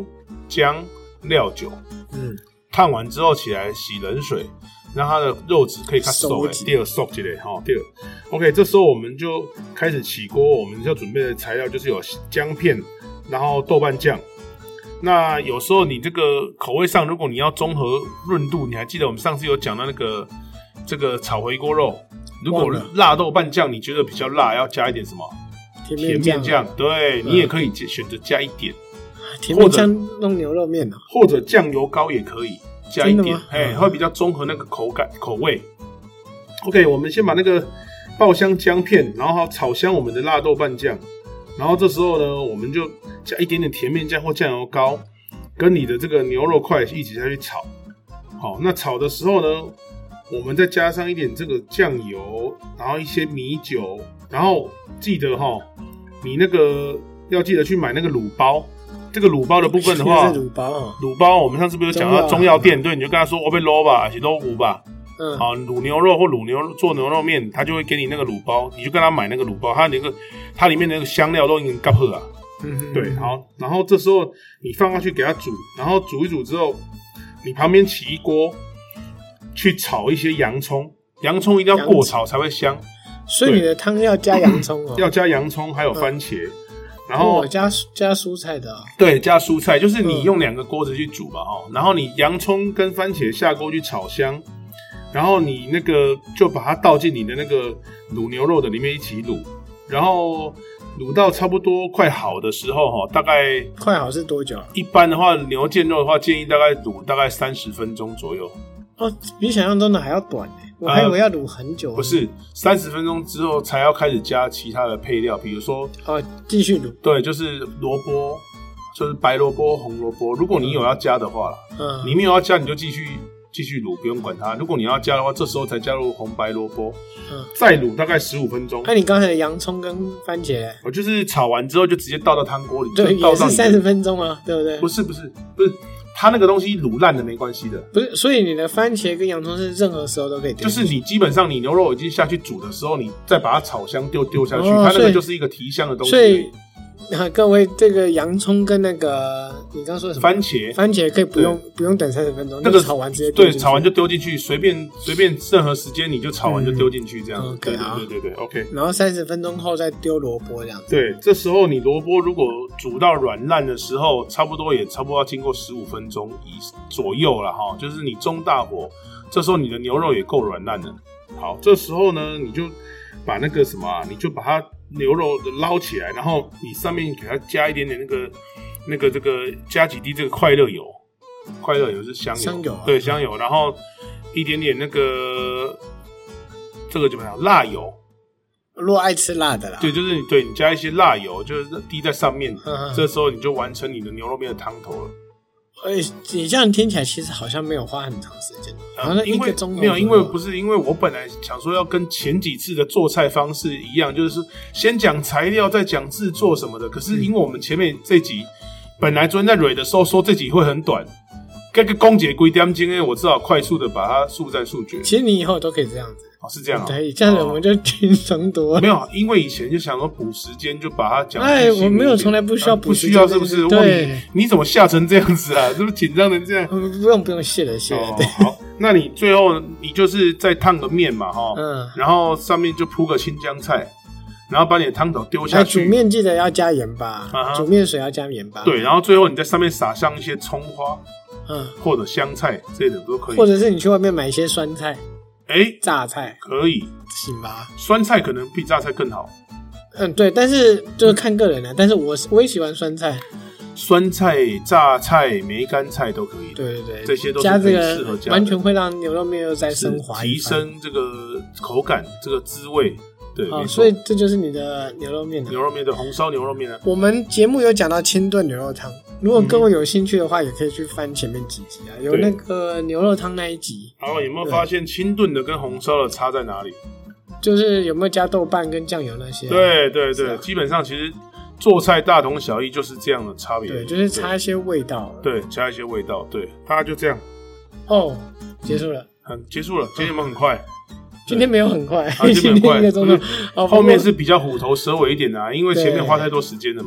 姜、料酒，烫完之后起来洗冷水，让它的肉质可以较熟诶，第二熟起来哈，第二 ，OK， 这时候我们就开始起锅，我们要准备的材料就是有姜片，然后豆瓣酱。那有时候你这个口味上，如果你要综合润度，你还记得我们上次有讲到那个这个炒回锅肉，如果辣豆瓣酱你觉得比较辣，要加一点什么？甜面酱，对，你也可以选择加一点。 甜面酱弄牛肉面或者酱油膏也可以加一点，会比较综合那个口味。OK， 我们先把那个爆香姜片，然后炒香我们的辣豆瓣酱，然后这时候呢，我们就加一点点甜面酱或酱油膏，跟你的这个牛肉块一起下去炒。好，那炒的时候呢，我们再加上一点这个酱油，然后一些米酒，然后记得你那个要记得去买那个卤包。这个卤包的部分的话，卤包我们上次不是讲到中药店，对，你就跟他说我被卤吧，还是卤糊吧，卤牛肉或做牛肉面，他就会给你那个卤包，你就跟他买那个卤包，它里面的那个香料都已经夹好了，对，好，然后这时候你放下去给它煮，然后煮一煮之后，你旁边起一锅去炒一些洋葱，洋葱一定要过炒才会香， 所以你的汤要加洋葱要加洋葱，还有番茄。然后加蔬菜的对，加蔬菜，就是你用2个锅子去煮嘛然后你洋葱跟番茄下锅去炒香，然后你那个就把它倒进你的那个卤牛肉的里面一起卤，然后卤到差不多快好的时候大概快好是多久啊？ 一般的话牛腱肉的话建议大概卤大概30分钟左右。 比想象中的还要短我还以为要卤很久。 不是，30分钟之后才要开始加其他的配料，比如说继续卤。 对，就是萝卜，就是白萝卜、红萝卜。如果你有要加的话你没有要加你就继续卤，不用管它。如果你要加的话，这时候才加入红白萝卜，再卤大概15分钟。 你刚才的洋葱跟番茄， 我就是炒完之后就直接倒到汤锅里， 对，也是30分钟啊，对不对？ 不是。它那个东西卤烂的没关系的， 不是，所以你的番茄跟洋葱是任何时候都可以丢， 就是你基本上你牛肉已经下去煮的时候，你再把它炒香丢下去，它那个就是一个提香的东西。 所以各位，这个洋葱跟那个你刚说的什么番茄可以不用等30分钟，那个炒完直接丢进去， 对，炒完就丢进去，随便任何时间你就炒完就丢进去这样子。 对 OK。 然后30分钟后再丢萝卜这样子。 对，这时候你萝卜如果煮到软烂的时候，差不多要经过15分钟左右了就是你中大火，这时候你的牛肉也够软烂了。好，这时候呢，你就把那个什么你就把它牛肉捞起来，然后你上面给它加一点点那个这个加几滴这个快乐油是香油，对，香油，然后一点点那个这个怎么样？辣油。 如果爱吃辣的啦， 对，就是你加一些辣油，就是滴在上面，这时候你就完成你的牛肉面的汤头了。 你这样听起来其实好像没有花很长时间，好像1个钟头。 没有，因为我本来想说要跟前几次的做菜方式一样，就是先讲材料，再讲制作什么的。可是因为我们前面这集本来昨天在蕊的时候说这集会很短，这个公节归点今天我只好快速的把它速战速决。 其实你以后都可以这样子。 是这样对，这样子我们就轻松多了。 没有，因为以前就想说补时间，就把它讲。 我没有，从来不需要补时间， 不需要，是不是？对，你怎么吓成这样子啊？是不是紧张成这样？ 不用，谢了。对， 好，那你最后你就是再烫个面嘛，然后上面就铺个青江菜，然后把你的汤头丢下去。 煮面记得要加盐巴，煮面水要加盐巴。 对，然后最后你在上面撒上一些葱花，或者香菜，这种都可以。 或者是你去外面买一些酸菜。榨菜可以行吧？ 酸菜可能比榨菜更好。 对，但是就是看个人了。但是我也喜欢酸菜， 榨菜、梅干菜都可以。 对， 这些都是可以适合加的， 完全会让牛肉面又再升华， 提升这个口感、这个滋味。对， 所以这就是你的牛肉面的红烧牛肉面呢。 我们节目有讲到清炖牛肉汤，如果各位有兴趣的话，也可以去翻前面几集啊，有那个牛肉汤那一集。 好，有没有发现清炖的跟红烧的差在哪里？ 就是有没有加豆瓣跟酱油那些？ 对，基本上其实做菜大同小异，就是这样的差别。 对，就是差一些味道。 对，加一些味道。对，大概就这样。 结束了。 结束了。今天有没有很快？ 今天没有很快， 今天很快 1个钟头。 后面是比较虎头蛇尾一点的因为前面花太多时间了嘛。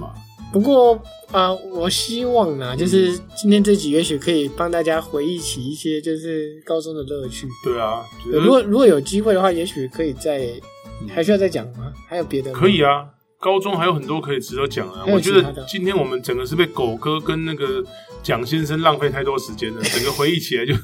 不过我希望呢，就是今天这集也许可以帮大家回忆起一些就是高中的乐趣。 对啊， 如果有机会的话，也许可以还需要再讲吗？还有别的吗？ 可以啊，高中还有很多可以值得讲啊。我觉得今天我们整个是被狗哥跟那个蒋先生浪费太多时间了，整个回忆起来就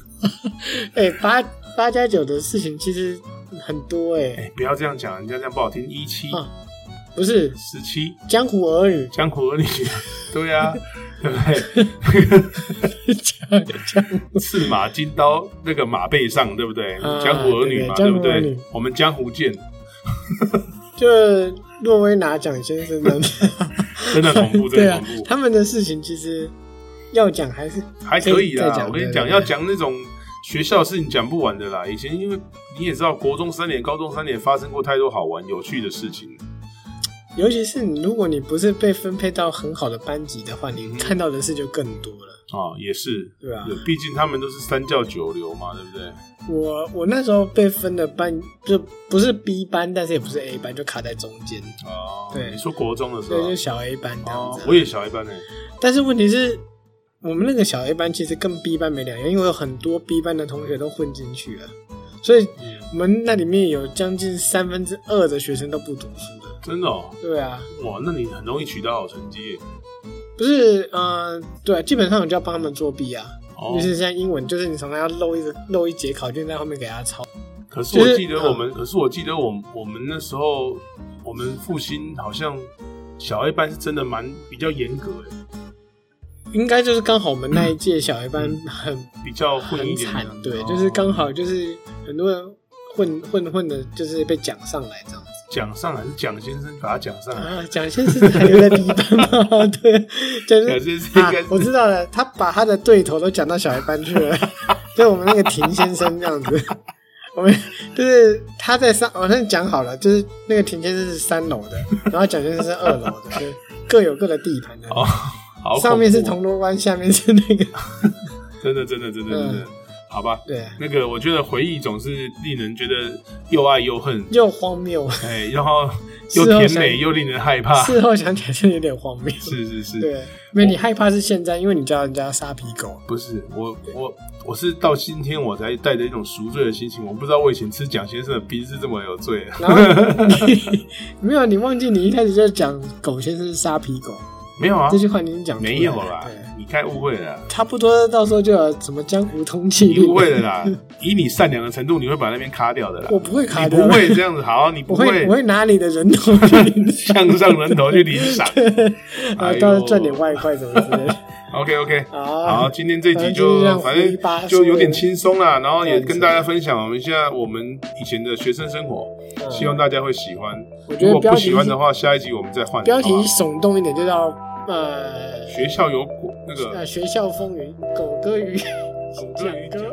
8+9的事情其实很多不要这样讲，人家这样不好听。17 不是 17， 江湖儿女， 江湖儿女，对啊，对不对？刺马金刀那个马背上，对不对？江湖儿女嘛，对不对？我们江湖见， 就洛威拿蒋先生的， 真的恐怖，真的恐怖。 他们的事情其实要讲还可以啦。我跟你讲，要讲那种学校的事情讲不完的啦。以前因为你也知道，国中3年、高中3年发生过太多好玩有趣的事情。 尤其是如果你不是被分配到很好的班级的话，你看到的事就更多了。 也是， 对啊， 毕竟他们都是3教9流嘛，对不对？ 我那时候被分的班就不是 B 班，但是也不是 A 班，就卡在中间。对， 你说国中的时候， 对，就小 A 班这样子。 我也小 A 班但是问题是，我们那个小 A 班其实跟 B 班没两样，因为有很多 B 班的同学都混进去了，所以我们那里面有将近2/3的学生都不读书的。 真的哦？ 对啊。 哇，那你很容易取到好成绩耶。 不是，对，基本上我就要帮他们作弊啊。就是像英文，就是你常常要漏一节考卷在后面给他抄。 可是我记得我们那时候，我们复兴好像小 A 班是真的比较严格耶。 应该就是刚好我们那一届小 A 班比较混一点很惨，对，就是刚好就是很多人混的，就是被讲上来这样子。 讲上来是蒋先生把他讲上来蒋先生还留在 B 班吗？对，蒋先生应该我知道了，他把他的对头都讲到小 A 班去了，就我们那个田先生这样子。我们就是他在我那讲好了，就是那个田先生是3楼的，然后蒋先生是2楼的，就各有各的地盘的。 好， 上面是铜锣湾，下面是那个。 真的。好吧， 对， 那个我觉得回忆总是令人觉得又爱又恨， 又荒谬， 然后又甜美又令人害怕。 事后想起来是有点荒谬。 是， 对，因为你害怕是现在，因为你叫人家杀皮狗。 不是，我是到今天我才带着一种赎罪的心情，我不知道我以前吃蒋先生的冰是这么有罪。 然后没有，你忘记你一开始就讲狗先生是杀皮狗。 没有啊， 这句话你已经讲出来了。 没有啦，你太误会了啦。 差不多到时候就有什么江湖通缉令。 你误会了啦，以你善良的程度，你会把那边卡掉的啦。 我不会卡掉， 你不会这样子。好，你不会， 我会拿你的人头去领赏， 向上人头去领赏， 到时候赚点外快什么之类的。 OK， 好，今天这集就反正就有点轻松啦，然后也跟大家分享我们现在我们以前的学生生活，希望大家会喜欢。如果不喜欢的话，下一集我们再换。 标题耸动一点，就叫学校有那个学校风云，狗哥与蒋哥。